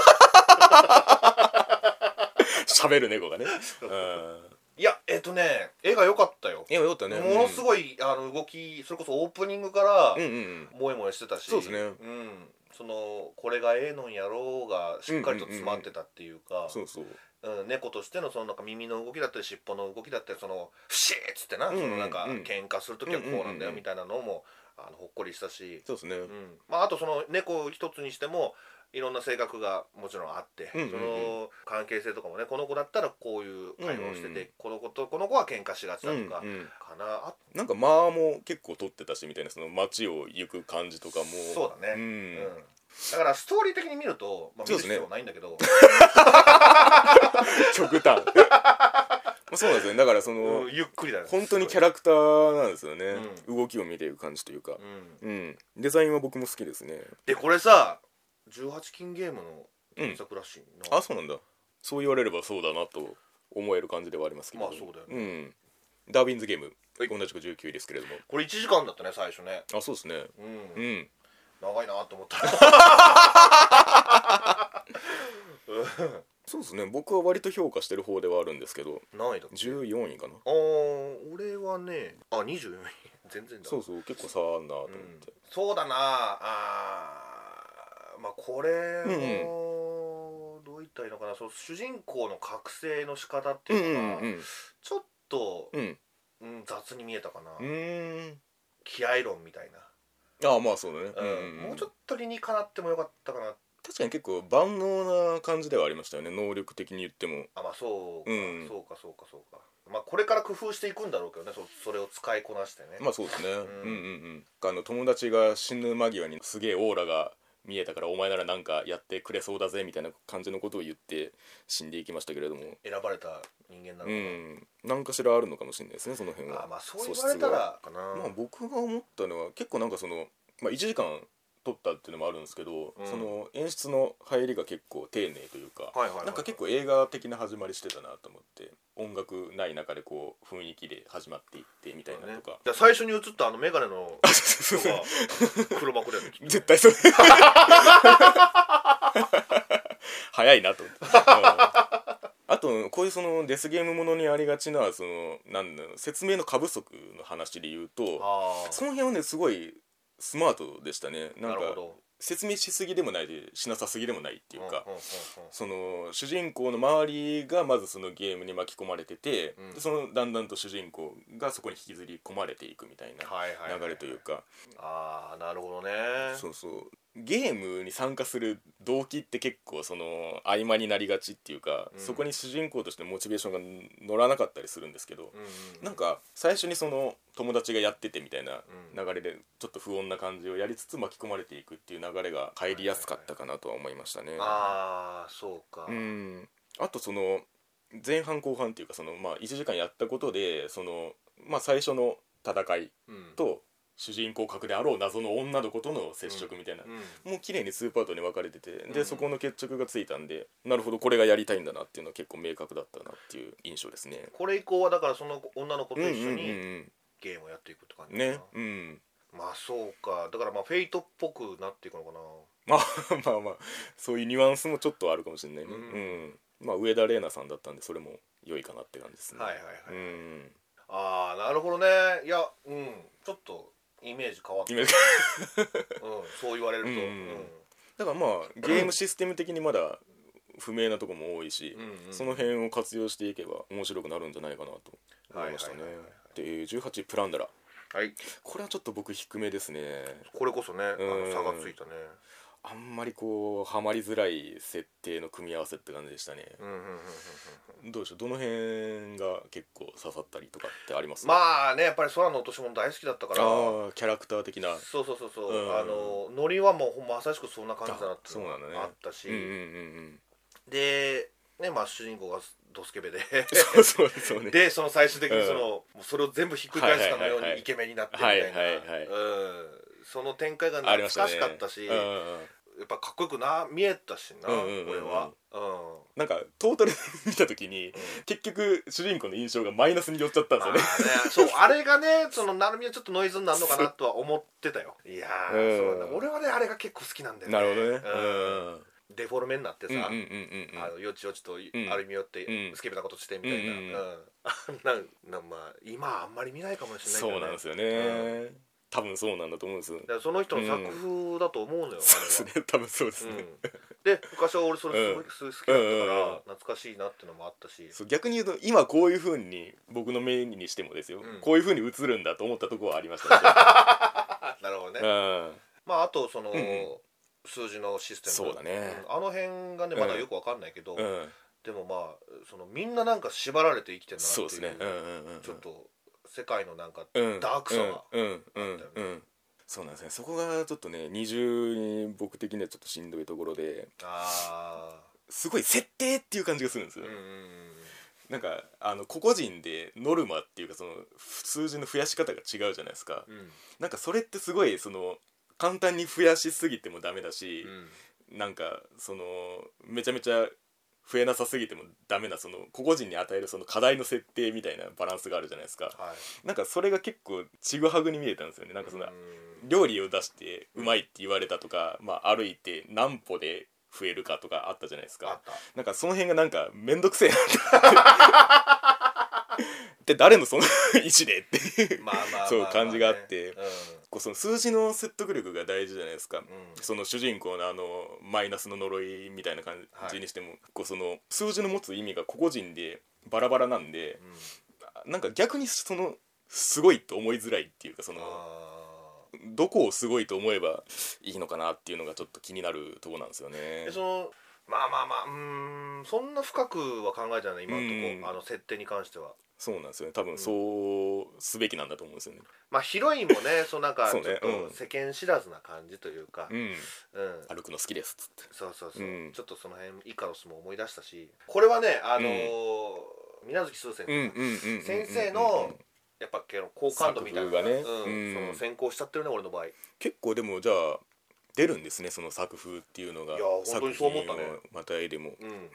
S1: 喋る猫がね
S2: いやえっ、ー、とね絵が良かったよ。
S1: 絵が良かったね、
S2: ものすごい、うん、あの動き、それこそオープニングからモエモエしてたし、
S1: そうですね、
S2: うん、そのこれがええのんやろうがしっかりと詰まってたっていうか、
S1: そうそう、
S2: うん、猫としてのそのなんか耳の動きだったり尻尾の動きだったり、そのフシーッつってな、うんうんうん、そのなんか喧嘩するときはこうなんだよみたいなのもあのほっこりしたし、
S1: そうですね、
S2: うん、まああとその猫一つにしてもいろんな性格がもちろんあって、うんうんうん、その関係性とかもね、この子だったらこういう会話をしてて、うんうんうん、この子とこの子は喧嘩しがちだとか、うんうん、かなあ。
S1: なんか間も結構撮ってたしみたいな、その街を行く感じとかも
S2: そうだね、うんうん、だからストーリー的に見ると、まあ、見る必要はないんだけど、
S1: 極端そうなんですね。だからその、
S2: うん、ゆっくりだね、
S1: 本当にキャラクターなんですよね、うん、動きを見ていく感じというか、うんうん、デザインは僕も好きですね。
S2: でこれさじゅうはち金ゲームの原作らしいな、
S1: うん、あ、そうなんだ。そう言われればそうだなと思える感じではありますけど、
S2: まあそうだよね、
S1: うん、ダーウィンズゲーム、はい、同じくじゅうきゅういですけれども、
S2: これいちじかんだったね最初ね。
S1: あ、そうですね、うん、うん、
S2: 長いなと思った
S1: そうですね、僕は割と評価してる方ではあるんですけど、
S2: 何位だっけ、
S1: じゅうよんいかな。
S2: あー、俺はね、あ、にじゅうよんい全然だ。
S1: そうそう、結構差あんなと思って、うん、
S2: そうだなあー、まあこれも、うん、どう言ったらいいのかな、その主人公の覚醒の仕方っていうのが、うんうんうん、ちょっと、うんうん、雑に見えたかな。うーん、気合論みたい
S1: な。ああ、まあそうだね、
S2: うんうんうん、もうちょっと理にかなってもよかったかな。
S1: 確かに結構万能な感じではありましたよね、能力的に言っても。
S2: あ、まあそうか、うん、そうかそうかそうか。まあこれから工夫していくんだろうけどね、 そ, それを使いこなしてね。
S1: まあそうですね、うん、うんうんうんあの友達が死ぬ間際にすげえオーラが見えたからお前ならなんかやってくれそうだぜみたいな感じのことを言って死んでいきましたけれども、
S2: 選ばれた人間なのかな、うん、
S1: 何かしらあるのかもしれないですね、その辺は。
S2: あ、まあそう言われたらかな。
S1: まあ僕が思ったのは結構なんかその、まあ、いちじかん撮ったっていうのもあるんですけど、
S2: うん、
S1: その演出の入りが結構丁寧というか、はいはいはい、なんか結構映画的な始まりしてたなと思って、音楽ない中でこう雰囲気で始まっていってみたいなとか、ね、
S2: じゃあ最初に映ったあのメガネの人が黒幕だよね
S1: 絶対それ早いなと思って、うん、あとこういうそのデスゲームものにありがちなそのなんだ説明の過不足の話で言うと、その辺はねすごいスマートでしたね。なんか説明しすぎでもないしなさすぎでもないっていうか、うんうんうんうん、その主人公の周りがまずそのゲームに巻き込まれてて、うん、でそのだんだんと主人公がそこに引きずり込まれていくみたいな流れというか、
S2: ああなるほどね。
S1: そうそう、ゲームに参加する動機って結構その曖昧になりがちっていうか、うん、そこに主人公としてモチベーションが乗らなかったりするんですけど、うんうん、なんか最初にその友達がやっててみたいな流れでちょっと不穏な感じをやりつつ巻き込まれていくっていう流れが入りやすかったかなとは思いましたね。
S2: ああそうか。
S1: うん、あとその前半後半っていうかそのまあいちじかんやったことでそのまあ最初の戦いと、うん主人公格であろう謎の女の子との接触みたいな、うんうん、もう綺麗に数パートに分かれてて、で、うん、そこの決着がついたんで、なるほどこれがやりたいんだなっていうのは結構明確だったなっていう印象ですね。
S2: これ以降はだからその女の子と一緒にゲームをやっていくって感じかな、
S1: ね、うん、
S2: まあそうか、だからまあフェイトっぽくなっていくのかな。
S1: まあまあまあそういうニュアンスもちょっとあるかもしれないね、うん、うん、まあ上田玲奈さんだったんでそれも良いかなって感じですね。
S2: はいはいはい、
S1: うん、
S2: ああなるほどね。いやうんちょっとイメージ変わった、うん、そう言われると、うんうん、
S1: だからまあゲームシステム的にまだ不明なところも多いし、うん、その辺を活用していけば面白くなるんじゃないかなと思いましたね。でじゅうはちいプランダラ、
S2: はい、
S1: これはちょっと僕低めですね。
S2: これこそね、あの差がついたね。
S1: あんまりこうハマりづらい設定の組み合わせって感じでしたね。どうでしょう、どの辺が結構刺さったりとかってあります？
S2: まあねやっぱり空の落とし物大好きだったから、
S1: あキャラクター的な、
S2: そうそうそうそう、うん、あのノリはもうまさしくそんな感じだなっていうのがあったし、でねまあ主人公がドスケベで
S1: そうそうそう、ね、
S2: でその最終的にその、うん、それを全部ひっくり返すかのようにイケメンになってみたいな、その展開が懐かしかったし、ね、うんうんやっぱかっこよくな見えたしな、うんうんうんうん、これは、うん、
S1: なんかトータル見た時に、うん、結局主人公の印象がマイナスに寄っちゃったんですよね。
S2: まあねそうあれがねそのなるみはちょっとノイズになるのかなとは思ってたよ。いやー、うん、そう俺はねあれが結構好きなんだよね。
S1: なるほどね、
S2: うん、デフォルメになってさ、うんうんうんうん、あのよちよちとアルミ寄って、うん、スケベなことしてみたいな、うんうんうん、ななまあ今あんまり見ないかもしれないけど、ね、
S1: そうなんですよね、うん多分そうなんだと思うんですよ。だ
S2: からその人の作風だと思うのよ、うん、
S1: そうですね多分そうですね、うん、
S2: で昔は俺それすごい好きだったから懐かしいなっていうのもあったし、
S1: そう逆に言うと今こういう風に僕の目にしてもですよ、うん、こういう風に映るんだと思ったところはありましたね
S2: なるほどね、
S1: うん、
S2: まああとその、うん、数字のシステム
S1: そうだね、
S2: うん、あの辺がねまだよくわかんないけど、うん、でもまあそのみんななんか縛られて生きてるなっていう、そうですね、うんうんうん、ちょっと世界のなんかダークさがあったよね。
S1: そうなんですね、そこがちょっとね二重に僕的にはちょっとしんどいところで、あすごい設定っていう感じがするんですよ、うんうんうん、なんかあの個々人でノルマっていうかその数字の増やし方が違うじゃないですか、うん、なんかそれってすごいその簡単に増やしすぎてもダメだし、うん、なんかそのめちゃめちゃ増えなさすぎてもダメなその個々人に与えるその課題の設定みたいなバランスがあるじゃないですか、はい、なんかそれが結構ちぐはぐに見えたんですよね。なんかその料理を出してうまいって言われたとか、まあ、歩いて何歩で増えるかとかあったじゃないですか。なんかその辺がなんかめんどくせえなってで誰のその意思でっていうそう感じがあって、うん、こうその数字の説得力が大事じゃないですか、うん、その主人公のあのマイナスの呪いみたいな感じにしても、はい、こうその数字の持つ意味が個々人でバラバラなんで、うん、なんか逆にそのすごいと思いづらいっていうかそのどこをすごいと思えばいいのかなっていうのがちょっと気になるところなんですよね。
S2: でそのまあまあまあうーんそんな深くは考えてない今のところ、うん、あの設定に関しては。
S1: そうなんですよね、多分そうすべきなんだと思うんですよね、うん、
S2: まあヒロインもねそのなんかちょっと世間知らずな感じというか、うんうん、
S1: 歩くの好きですっつって
S2: そうそうそう、うん、ちょっとその辺イカロスも思い出したし、これはねあのーうん、水無月すず先生先生のやっぱ好感度みたいなのがね、うん、その先行しちゃってるね俺の場合。
S1: 結構でもじゃあ出るんですね、その作風っていうのが。
S2: いや本当にそう思ったね。
S1: また絵でも、
S2: うん、
S1: うん、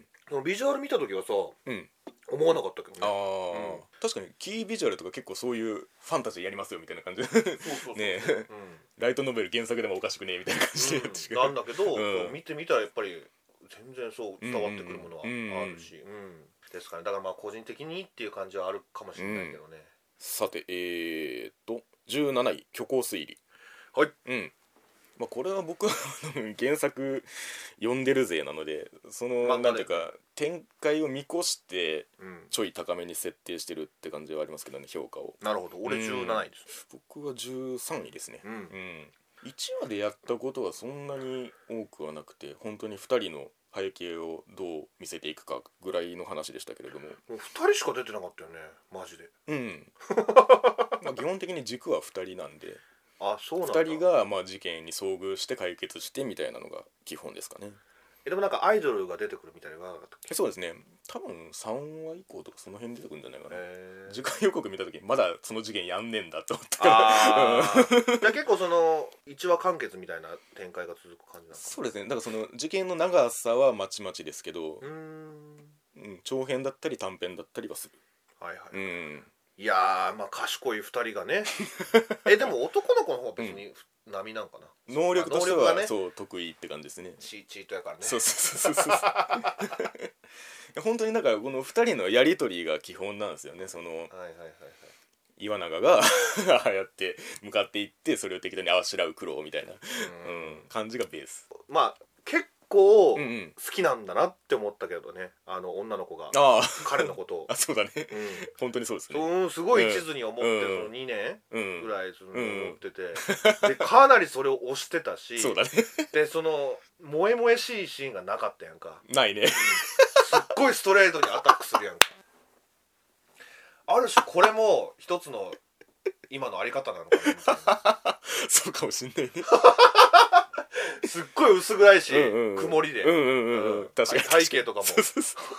S2: そのビジュアル見た時はさ、
S1: うん、
S2: 思わなかったけどね。
S1: ああ、うん、確かにキービジュアルとか結構そういうファンタジーやりますよみたいな感じでね、うん、ライトノベル原作でもおかしくねえみたいな感じでやってし
S2: か、うん、なんだけど、うん、見てみたらやっぱり全然そう伝わってくるものはあるし、うん、うんうん、ですかね。だからまあ個人的にっていう感じはあるかもしれないけどね、うん、
S1: さてえー、っとじゅうなない虚構推理。
S2: はい、
S1: うん、まあ、これは僕は原作読んでる勢なので、そのなんていうか展開を見越してちょい高めに設定してるって感じはありますけどね、評価を。
S2: なるほど。俺じゅうなないです、
S1: うん、僕はじゅうさんいですね。
S2: うん、うん
S1: うんいちわでやったことはそんなに多くはなくて、本当にふたりの背景をどう見せていくかぐらいの話でしたけれども。
S2: もうふたりしか出てなかったよね、マジで。
S1: うんまあ基本的に軸はふたりなんで、
S2: あ、そうなんだ。
S1: ふたりがまあ事件に遭遇して解決してみたいなのが基本ですかね。
S2: え、でもなんかアイドルが出てくるみたいなのがなかったっけ？
S1: そうですね、多分さんわ以降とかその辺出てくるんじゃないかな。
S2: へー、
S1: 次回予告見た時にまだその事件やんねんだと思った
S2: からじゃあ結構そのいちわ完結みたいな展開が続く感じなのかな。
S1: そうですね、だからその事件の長さはまちまちですけど、
S2: うーん、
S1: うん、長編だったり短編だったりはする。
S2: はいはい、
S1: うん、
S2: いやー、まあ賢いふたりがねえ、でも男の子の方は別に波なんかな、
S1: 能力としては、
S2: まあ能力がね、
S1: そう得意って感じですね。
S2: チ、チートやからね。
S1: そうそうそうそう本当にだからこのふたりのやり取りが基本なんですよね。その
S2: はいはいはいはい、
S1: 岩永がああやって向かっていってそれを適当にあしらう苦労みたいな、うん、感じがベース。
S2: まあ結構好
S1: うんうん
S2: きなんだなって思ったけどね、あの女の子が
S1: ああ
S2: 彼のことを
S1: あ、そうだね、
S2: うん、
S1: 本当にそうですね。
S2: うん、すごい一途に思ってる、
S1: うん
S2: そのにねんぐらいその
S1: うん
S2: 思ってて、でかなりそれを推してたし、
S1: そうだね
S2: でその萌え萌えしいシーンがなかったやんか。
S1: ないね、
S2: うん、すっごいストレートにアタックするやんか。ある種これも一つの今のあり方なのかなみたいな
S1: そうかもしんないね
S2: すっごい薄暗いし、
S1: うんうんうん
S2: 曇りで、
S1: うんうんうんうん、確かに
S2: 背景とかも
S1: そうそう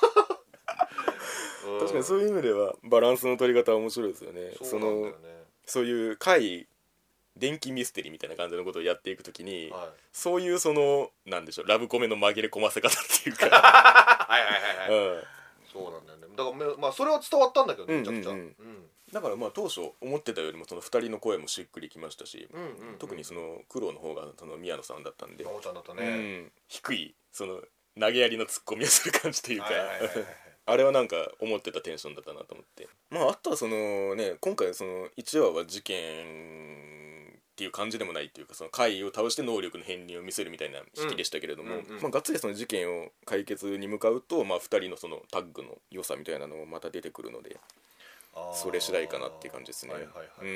S1: そう確かにそういう意味ではバランスの取り方は面白いですよね。
S2: そうなんだよね。
S1: そういう怪電気ミステリーみたいな感じのことをやっていくときに、
S2: はい、
S1: そういうそのなんでしょう、ラブコメの紛れ込ませ方っていうか
S2: はいはいはいはい、うん、そうなんだよね。だからまあそれは伝わったんだけどね、めちゃくちゃ、うんうん、
S1: だからまあ当初思ってたよりもそのふたりの声もしっくりきましたし、うんうんうん、特にその苦労の方がその宮野さんだったんで、
S2: 真央ちゃんだったね、うん、
S1: 低いその投げやりのツッコミをする感じというか、あれはなんか思ってたテンションだったなと思って、まああとはそのね、今回そのいちわは事件っていう感じでもないっていうか、その怪異を倒して能力の片鱗を見せるみたいな引きでしたけれども、うんうんうん、まあ、がっつりその事件を解決に向かうと、まあ、ふたりのそのタッグの良さみたいなのもまた出てくるので、それ次第かなっていう感じですね。はいはいはい、うん、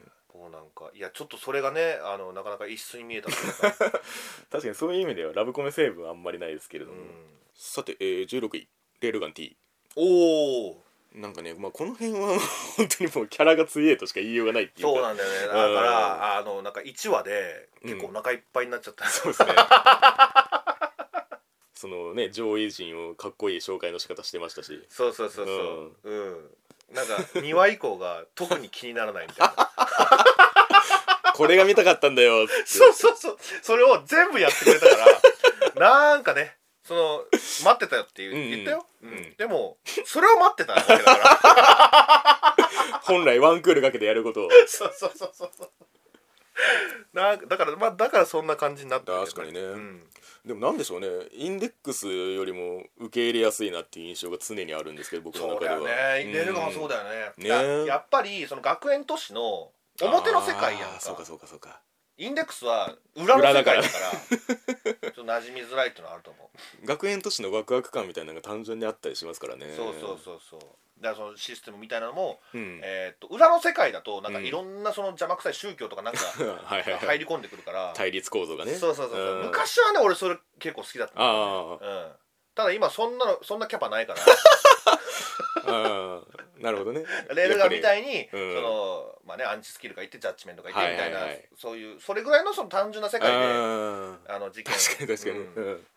S2: もうなんかいやちょっとそれがね、あのなかなか一緒に見えたという
S1: か確かにそういう意味ではラブコメ成分はあんまりないですけれども、うん、さて、えー、じゅうろくいレールガン T。
S2: おお、
S1: なんかね、まあ、この辺は本当にもうキャラが強えとしか言いようがないっていうか。
S2: そうなんだよね。だからあのなんかいちわで結構お腹いっぱいになっちゃった、うん、
S1: そうですねそのね、上位陣をかっこいい紹介の仕方してましたし、
S2: そうそうそうそう、うん、うん、なんかにわ以降が特に気にならないみたいな
S1: これが見たかったんだよって
S2: そうそうそう、それを全部やってくれたからなんかね、その待ってたよって言ったよ、うんうんうん、でもそれを待ってたわけだから
S1: 本来ワンクールかけてやることを
S2: そうそうそうそうなだからまあだからそんな感じになった、
S1: ね、確かにね、うん、でもなんでしょうね、インデックスよりも受け入れやすいなっていう印象が常にあるんですけど、僕の中では。
S2: そうだよね、インデルガンもそうだよね、うん、や, やっぱりその学園都市の表の世界やんか。
S1: そうかそうかそうか。
S2: インデックスは裏の世界だからちょっと馴染みづらいっていうのはあると思
S1: う学園都市のワクワク感みたいなのが単純にあったりしますからね。
S2: そうそうそうそう、だからそのシステムみたいなのも、うん、えー、っと裏の世界だとなんかいろんなその邪魔くさい宗教とかなんか入り込んでくるから対
S1: 立構造がね。
S2: そうそうそうそう、うん、昔はね俺それ結構好きだったんだよね、うん、ただ今そんなのそんなキャパないから
S1: あなるほどね。
S2: レールガンみたいに、うん、そのまあねアンチスキルがいてジャッジメントがいてみたいな、はいはいはい、そういうそれぐらいのその単純な世界であの事件
S1: 確かに確かに、うん、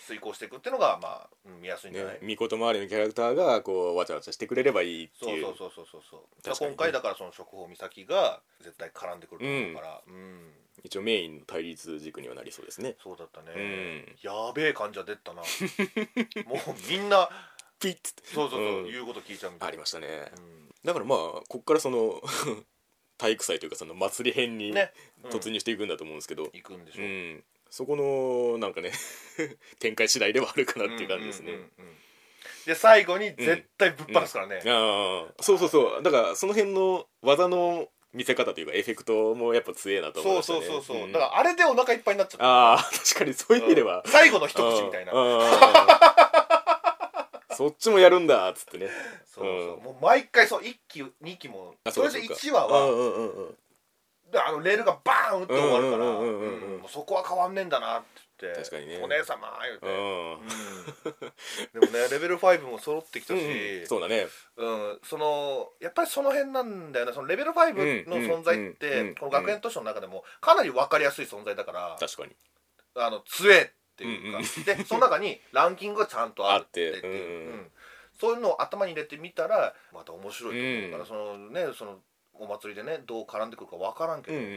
S2: 遂行していくっていうのがまあ、うん、見やすいんじゃない、
S1: ね、ミコト周りのキャラクターがこうわちゃわちゃしてくれればいいっていう。
S2: そうそうそうそうそう。だから今回だからその食宝岬が絶対絡んでくると思うから、うん、うん、
S1: 一応メインの対立軸にはなりそうですね。
S2: そうだったね、
S1: うん、
S2: やべえ感じは出たなもうみんな
S1: ピッて
S2: そうそうそう、うん、言うこと聞いちゃうみたいな
S1: ありましたね、うん、だからまあこっからその体育祭というかその祭り編に突入していくんだと思うんですけど、ね、うん、
S2: 行くんでしょう、
S1: うん、そこのなんかね展開次第ではあるかなっていう感じですね、うんうんうんうん、
S2: で最後に絶対ぶっ放すからね、
S1: うんうん、ああそうそうそう、だからその辺の技の見せ方というかエフェクトもやっぱ強えなと思いましたね。
S2: そうそうそうそう、うん、だからあれでお腹いっぱいになっちゃった。
S1: ああ確かにそういう意味では、
S2: うん、最後の一口みたいな
S1: そっちもやるんだっつってね。
S2: そうそう、うん、もう毎回そういっきにきもそれでいちわは、うんうんうんうん、あのレールがバーンって終わるからそこは変わんねえんだなって言って
S1: 確かにね
S2: お姉様言うて、うんうん、でもねレベルファイブも揃ってきたし、
S1: うん、そうだね、
S2: うん、そのやっぱりその辺なんだよね。そのレベルファイブの存在って、うんうん、この学園都市の中でもかなり分かりやすい存在だから
S1: 確かに
S2: あの強えっていうか、うんうん、でその中にランキングがちゃんとあってっていう、うんうん、そういうのを頭に入れてみたらまた面白いと思うから、うん、そのねそのお祭りでねどう絡んでくるか分からんけど、うんうんうん、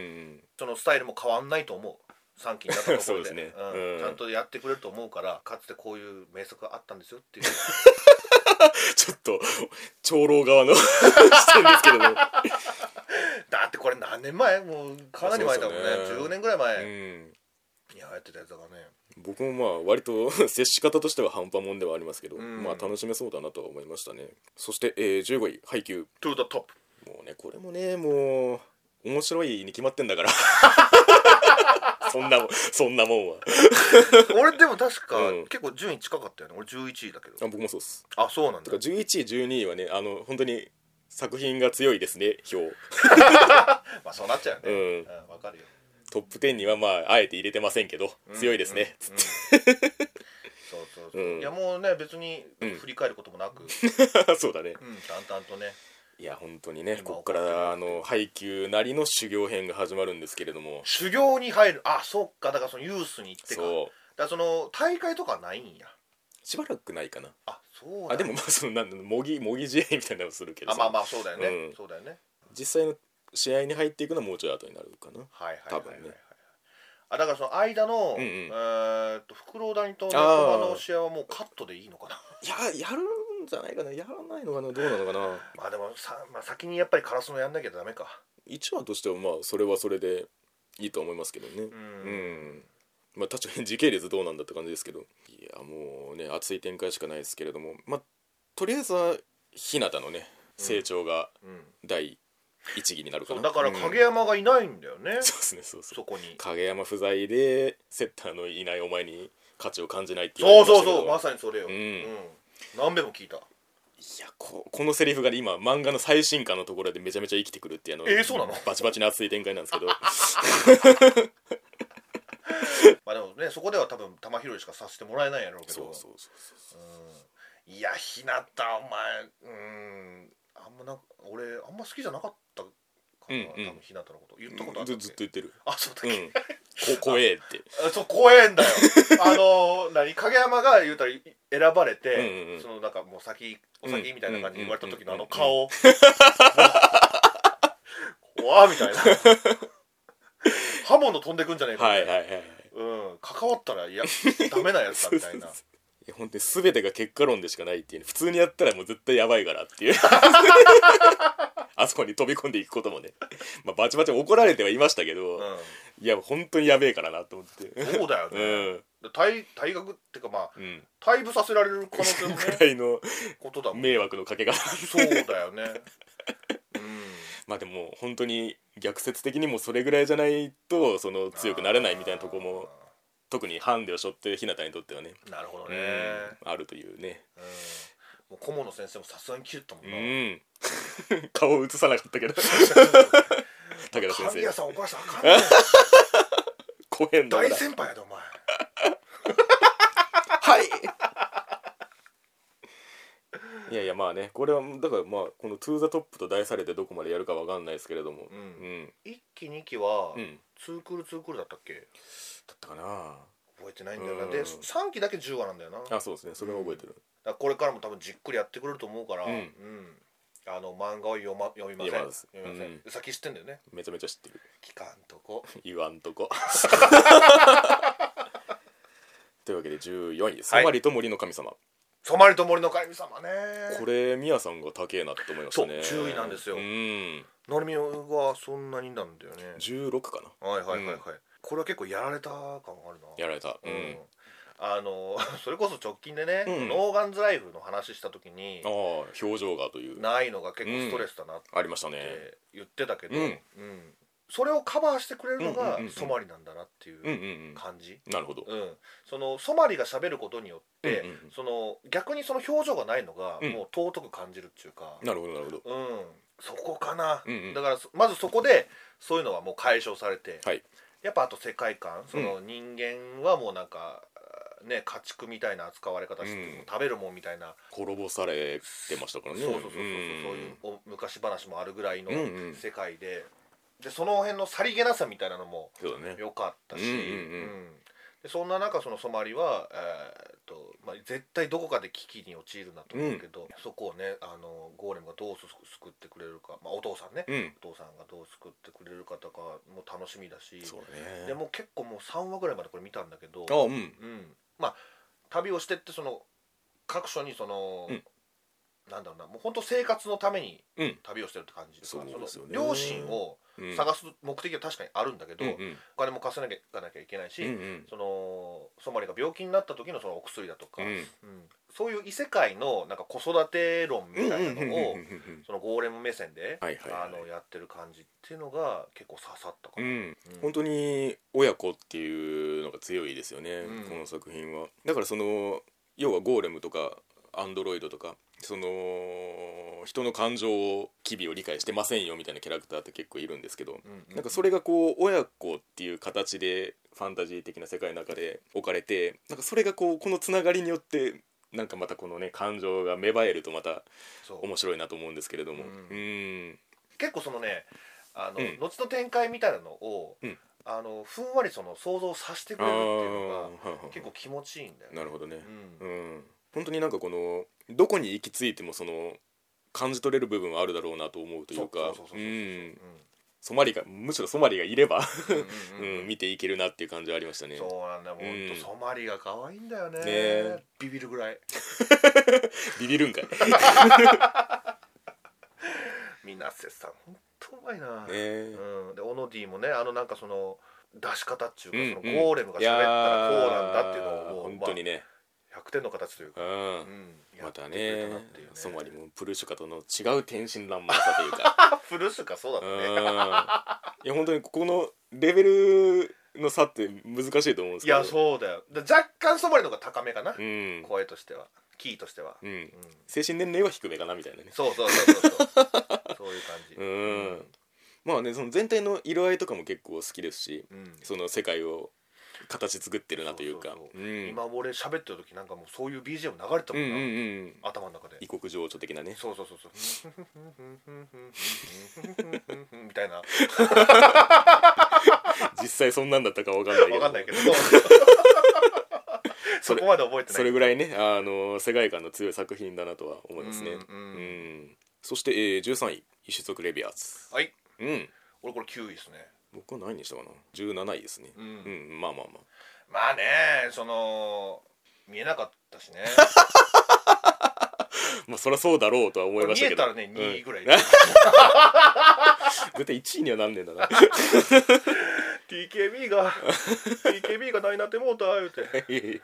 S2: そのスタイルも変わんないと思う。さんきになったところで
S1: ね、
S2: うんうん、ちゃんとやってくれると思うからかつてこういう名作があったんですよっていう
S1: ちょっと長老側の視点ですけどもだ
S2: ってこれ何年前もうかなり前だもんね、じゅうねんぐらい前、うん、いややってたやつだからね。
S1: 僕もまあ割と接し方としては半端もんではありますけど、うん、まあ楽しめそうだなとは思いましたね。そして、えー、じゅうごい配給
S2: トゥーザトッ
S1: プ、もうねこれもねもう面白いに決まってんだからそんなもんそんなもんは
S2: 俺でも確か、うん、結構順位近かったよね。俺じゅういちいだけど。
S1: あ僕もそうっす。
S2: あそうなんだ。
S1: だからじゅういちいじゅうにいはねあの本当に作品が強いですね表
S2: まあそうなっちゃうよね、うんうん、分かるよ。
S1: トップじゅうにはまああえて入れてませんけど、うん、強いですね、うん、つって、
S2: そうそうそう、うん、いやもうね別に振り返ることもなく、うん、
S1: そうだね、
S2: うん、淡々とね。
S1: いや本当にねここからあの配給なりの修行編が始まるんですけれども、
S2: 修行に入る。あそっかだからそのユースに行ってか。そうだからその大会とかないんや。
S1: しばらくないかな。
S2: あそうだ、ね、
S1: あでもまあそのなん模擬模擬試合みたいなのをするけど
S2: あまあまあそうだよね、うん、そうだよね。
S1: 実際の試合に入っていくのはもうちょい後になるかな。
S2: はいはいはい、
S1: 多分ね。
S2: あだからその間の、うんうん、えー、っとフクロウ谷とネコマの試合はもうカットでいいのかな。
S1: いややるんじゃないかな。やらないのかなどうなのかな。
S2: まあでもさ、まあ、先にやっぱりカラスのやんなきゃダメか。
S1: いちわとしてはまあそれはそれでいいと思いますけどね。うん、うん、まあ確かに時系列どうなんだって感じですけど、いやもうね熱い展開しかないですけれども、まあとりあえずは日向のね成長が第一義になるかな、
S2: うん、だから影山がいないんだよね、
S1: うん、そうですねそうそう、
S2: そこに
S1: 影山不在でセッターのいないお前に価値を感じないって
S2: いう。そうそうそうまさにそれよ、うんうん、何べも聞いた。い
S1: や こ, このセリフが、ね、今漫画の最新刊のところでめちゃめちゃ生きてくるっていうの、
S2: えー、そうなの
S1: バチバチな熱い展開なんですけど
S2: まあでもねそこでは多分玉拾いしかさせてもらえないやろうけど、
S1: そうそうそうそう、
S2: うん、いや日向お前うんあんまなんか俺あんま好きじゃなかったかな、うんうん、多分日向のこと言ったことある、うん、
S1: ずっと言ってる。
S2: あそうだっけ、うん、
S1: こ怖えって
S2: そう怖えんだよあの何影山が言うたら選ばれて、うんうん、そのなんかもう先お先みたいな感じに言われた時のあの顔、うんうん、怖みたいな刃物飛んでくんじゃねえかみたいな、はいはいはい、うん、関わったらいやダメなやつだみたいない
S1: や本当に全てが結果論でしかないっていう、ね、普通にやったらもう絶対やばいからっていうあそこに飛び込んでいくこともねまあバチバチ怒られてはいましたけど、うん、いや本当にやべえからなと思って
S2: そうだよね、うん、退退学っていうかまあ、うん、退部させられる可能性もね
S1: ぐらいの
S2: ことだもん、
S1: 迷惑のかけ方
S2: そうだよね、うん、
S1: まあでも本当に逆説的にもそれぐらいじゃないとその強くなれないみたいなところも特にハンデを背負って日向にとってはね、
S2: なるほどね、
S1: うん、あるというね、うん、
S2: もう顧問の先生もさすがに切れたもんな、うん、
S1: 顔映さなかったけど武田先生
S2: 神谷さん怒らせたらあかんねん
S1: 怖えんだから
S2: 大先輩やでお前
S1: はいいやいやまあねこれはだからまあこの「トゥーザトップ」と題されてどこまでやるかわかんないですけれども、うん
S2: うん、いっきにきはツークールツークールだったっけ、
S1: だったかな
S2: 覚えてないんだよな。でさんきだけじゅうわなんだよな。
S1: あ、そうですね、それは覚えてる。
S2: だこれからも多分じっくりやってくれると思うから、
S1: うん、
S2: うん、あの漫画を読ま読みません。読みません。うん、うさぎ知ってんだよね。
S1: めちゃめちゃ知ってる。
S2: 聞かんとこ
S1: 言わんとこ。というわけでじゅうよんい、ソマリと森の神様。
S2: ソマリと森の神様ね。
S1: これミヤさんが高えなって思いましたね。
S2: そうじゅういなんですよ。うん。成海はそんなになんだよね。
S1: じゅうろくかな。
S2: はいはいはいはい。うん、これは結構やられた感あるな。
S1: やられた。うん。うん、
S2: あのそれこそ直近でね、うん、ノーガンズライフの話した時に、
S1: ああ表情がという
S2: ないのが結構ストレスだなって、うん、
S1: ありましたね。
S2: 言ってたけど、うんうん、それをカバーしてくれるのがソマリなんだなっていう感じ。
S1: なるほど、
S2: うん、そのソマリが喋ることによって、うんうんうん、その逆にその表情がないのがもう尊く感じるっていうか、
S1: うん、なるほどなるほど、
S2: うん、そこかな、うんうん、だからまずそこでそういうのはもう解消されて、はい、やっぱあと世界観、その人間はもうなんかね、家畜みたいな扱われ方して、うん、食べるもんみたいな
S1: 滅ぼされてましたからね。
S2: そうそうそうそう、うん、そういうお昔話もあるぐらいの世界で、うんうん、でその辺のさりげなさみたいなのも良かったし、うんうんうん、でそんな中そのソマリは、えーっとまあ、絶対どこかで危機に陥るんだと思うけど、うん、そこをねあのゴーレムがどう救ってくれるか、まあ、お父さんね、うん、お父さんがどう救ってくれるかとかも楽しみだし、そうね、でも結構もうさんわぐらいまでこれ見たんだけど、
S1: あ、うん、
S2: うん、まあ旅をしてってその各所にその、うん、なんだろうな、もう本当生活のために旅をしてるって感じですから、うん、その両親を探す目的は確かにあるんだけど、うんうん、お金も稼がなきゃいけないし、うんうん、そのソマリが病気になった時のそのお薬だとか、うんうん、そういう異世界のなんか子育て論みたいなのをそのゴーレム目線で、はいはいはい、あのやってる感じっていうのが結構刺さったかな、うんうん、
S1: 本当に親子っていうのが強いですよね、うん、この作品は。だからその要はゴーレムとかアンドロイドとかその人の感情を機微を理解してませんよみたいなキャラクターって結構いるんですけど、うんうんうん、なんかそれがこう親子っていう形でファンタジー的な世界の中で置かれて、なんかそれがこうこのつながりによってなんかまたこのね感情が芽生えるとまた面白いなと思うんですけれども、うん、うん
S2: 結構そのねあの、うん、後の展開みたいなのを、うん、あのふんわりその想像させてくれるっていうのが結構気持ちいいんだよね。
S1: なるほどね、うんうん、本当になんかこのどこに行き着いてもその感じ取れる部分はあるだろうなと思うというか、ソマリがむしろソマリがいれば見ていけるなっていう感じはありましたね。
S2: そうなんだよ、うん、ほんとソマリが可愛いんだよ ね, ねビビるぐらい
S1: ビビるんかい
S2: みなせさんほんとうまいな、ね、うん、でオノディもねあのなんかその出し方っていうか、うん、そのゴーレムが喋ったらこうなんだっていうのをもう
S1: 本当にね、まあ
S2: ひゃくてんの形というか、うん
S1: うん、また ね, ねソマリもプルシュカとの違う天真爛漫さというか
S2: プルシュカそうだったね
S1: いや本当にここのレベルの差って難しいと思うんですけど、
S2: いやそうだよ、若干ソマリの方が高めかな、うん、声としてはキーとしては、うんうん、
S1: 精神年齢は低めかなみたいなね、
S2: そうそうそうそうそうそういう感じ、うん、
S1: うん、まあねその全体の色合いとかも結構好きですし、うん、その世界を形作ってるなというか、そうそうそう、うん、
S2: 今俺喋ってる時なんかもうそういう ビージーエム 流れてたもんな、うんうんうん、頭の中で
S1: 異国情緒的なね、
S2: そうそうそうそうみたいな
S1: 実際そんなんだったか分かんないけど
S2: 分かんないけどそこまで覚えてない、
S1: それぐらいねあの世界観の強い作品だなとは思いますね、うんうんうん、そして、えー、じゅうさんい異種族レビアーズ、
S2: はい、
S1: うん、
S2: 俺これきゅういですね。
S1: 僕は何にしたかな、じゅうなないですね、うん、うん、まあまあまあ
S2: まあねその見えなかったしね
S1: まあそりゃそうだろうとは思いましたけど、
S2: 見えたらねにいぐらい、うん、
S1: 絶対いちいにはなんねえんだなテ
S2: ィーケービー が ティーケービー がないなってもうた言うて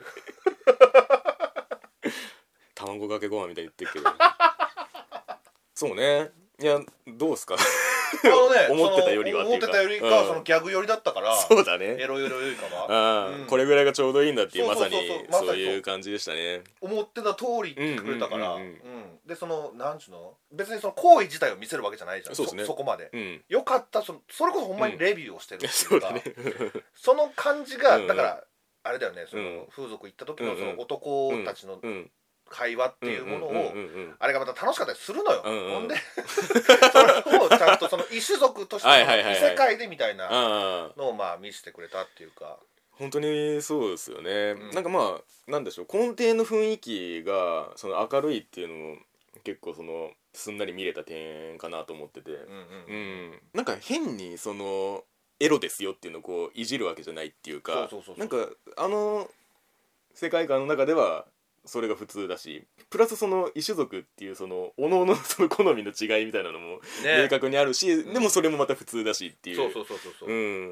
S1: 卵かけご飯みたいに言ってるけどそうね、いやどうすかあの、ね、思ってたよりは
S2: 思ってたよりかは、うん、そのギャグ寄りだったから
S1: そうだね
S2: エロエロよりかは、
S1: うん、これぐらいがちょうどいいんだっていうまさにそういう感じでしたね。
S2: 思ってた通り言ってくれたからでそのなんちゅうの別にその行為自体を見せるわけじゃないじゃん そ, ね、そこまで、うん、よかったそのそれこそほんまにレビューをしてるっていうか、うん、そ, その感じがだからあれだよねその風俗行った時のその男たちの会話っていうものをあれがまた楽しかったりするのよ、うんうん、ほんでそれをちゃんとその異種族としての異世界でみたいなのをまあ見せてくれたっていうか、
S1: 本当にそうですよね、
S2: うん、
S1: なんかまあなんでしょう、根底の雰囲気がその明るいっていうのも結構そのすんなり見れた点かなと思ってて、うん、うん、なんか変にそのエロですよっていうのをこういじるわけじゃないっていうか、なんかあの世界観の中ではそれが普通だし、プラスその異種族っていうその各々その好みの違いみたいなのも明確にあるし、ね、でもそれもまた普通だしっていう、
S2: そうそうそうそう、
S1: うん、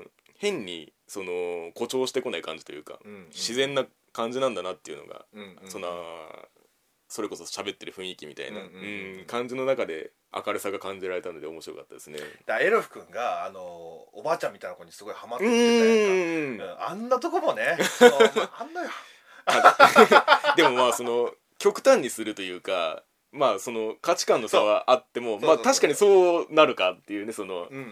S1: 変にその誇張してこない感じというか、うんうん、自然な感じなんだなっていうのが、うんうん、そのそれこそ喋ってる雰囲気みたいな、うんうんうん、感じの中で明るさが感じられたので面白かったですね。
S2: だエルフ君があのおばあちゃんみたいな子にすごいハマってってたやんか、うん、あんなとこもねあんなよ
S1: でもまあその極端にするというか、まあその価値観の差はあっても、まあ確かにそうなるかっていうね、その、うんうんうん、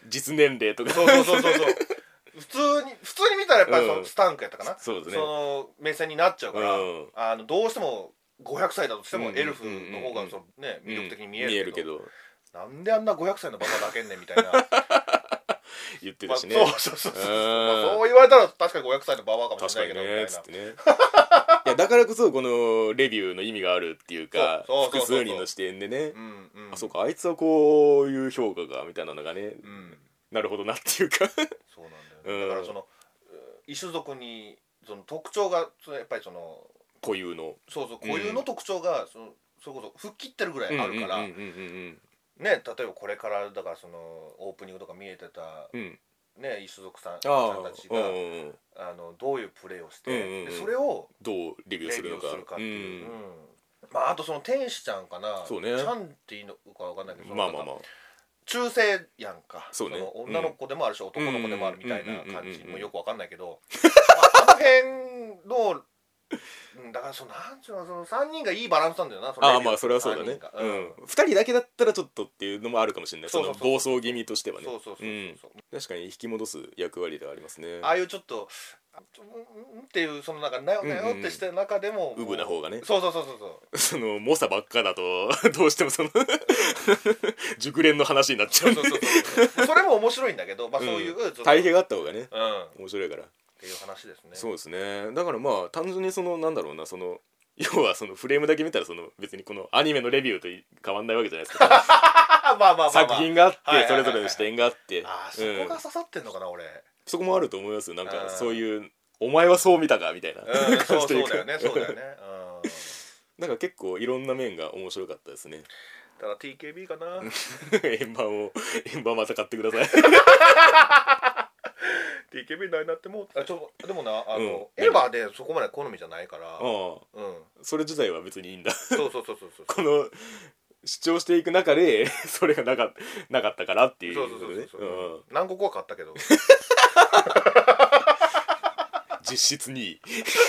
S1: 実年齢とか
S2: そうそうそうそう普通に普通に見たらやっぱりそのスタンクやったかな、うん、
S1: そうですね、
S2: その目線になっちゃうから、うん、あのどうしてもごひゃくさいだとしてもエルフの方がその、ね、魅力的に見えるけど、うん、見えるけどなんであんなごひゃくさいのババアだけんねんみたいな
S1: 言ってたしね、
S2: まあ、そうそうそうそう、まあ、そう言われたら確かにごひゃくさいのババアかもしれないけど、
S1: ね、みたいな、ね、いやだからこそこのレビューの意味があるっていうか、複数人の視点でね、うんうん、あそうかあいつはこういう評価がみたいなのがね、うん、なるほどなっていうか
S2: そうなんだよ、ね、うん、だからその異種族にその特徴がやっぱりその
S1: 固有の
S2: そうそう固有の特徴がそのそれこそ吹っ切ってるぐらいあるからね、例えばこれからだからそのオープニングとか見えてた、うんね、異種族さんたちがあのどういうプレーをして、うんうんうん、でそれを
S1: どうレビューするのか、
S2: レビューするかっていう、うんうん、まああとその天使ちゃんかな、そうね、ちゃんっていいのかわかんないけど、まあまあまあ中性やんか、そうね、その女の子でもあるし、うん、男の子でもあるみたいな感じもよくわかんないけど、あの辺のだからそのなんちゅうのそのさんにんがいいバランスなんだよな。そ
S1: ああまあそれはそうだね、うん、ふたりだけだったらちょっとっていうのもあるかもしれない、その暴走気味としてはね、そうそうそうそう、うん、確かに引き戻す役割ではありますね。
S2: ああいうちょっとうんっていうそのなんかなよなよってしてる中でも
S1: ウブな方がね、
S2: そうそうそうそうそう
S1: その猛者ばっかだとどうしてもその熟練の話になっちゃう、そうそう
S2: そうそれも面白いんだけど、まあそういう、うん、
S1: 対比があった方がね、うん、面白いから
S2: っていう話ですね。
S1: そうですね。だからまあ単純にそのなんだろうな、その要はそのフレームだけ見たらその別にこのアニメのレビューと変わんないわけじゃないですか。
S2: まあまあまあ、まあ、
S1: 作品があってそれぞれの視点があって、
S2: ああそこが刺さってんのかな、うん、俺
S1: そこもあると思いますよ。なんかそういうお前はそう見たかみたいな、
S2: うん、そうそうだよねそうだよね、
S1: うん、なんか結構いろんな面が面白かったですね。
S2: だから ティーケービー かな
S1: 円盤を円盤また買ってください
S2: ティーケービー になってもあちょでもなあの、うん、エヴァでそこまで好みじゃないから、ああ、
S1: うん、それ自体は別にいいんだ。
S2: そうそうそうそうそう
S1: この主張していく中でそれがなかなかったからっていう
S2: ことでね、何個かは買ったけど
S1: 実質にい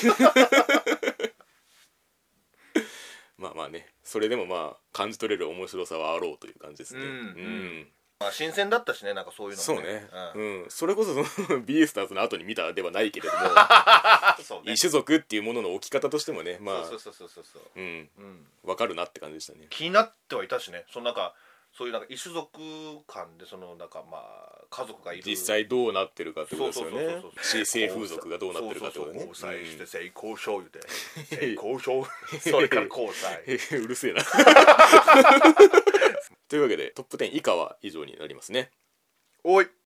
S1: まあまあね、それでもまあ感じ取れる面白さはあろうという感じですね。うん、うん
S2: まあ、新鮮だったしね、なんかそういうの
S1: もね。そうね、うん、うん、それこそそのビースターズの後に見たではないけれどもそう、ね、異種族っていうものの置き方としてもね、まあそうそうそうそうそう、うん、うん、分かるなって感じでしたね。
S2: 気になってはいたしね、そのなんかそういうなんか異種族間でそのなんかまあ家族がいる
S1: 実際どうなってるかってことですよね。し性風俗がどうなってるかってことね。
S2: 交際して性交渉言うて性交渉それから交際
S1: うるせえなというわけでトップテン以下は以上になりますね。
S2: おい。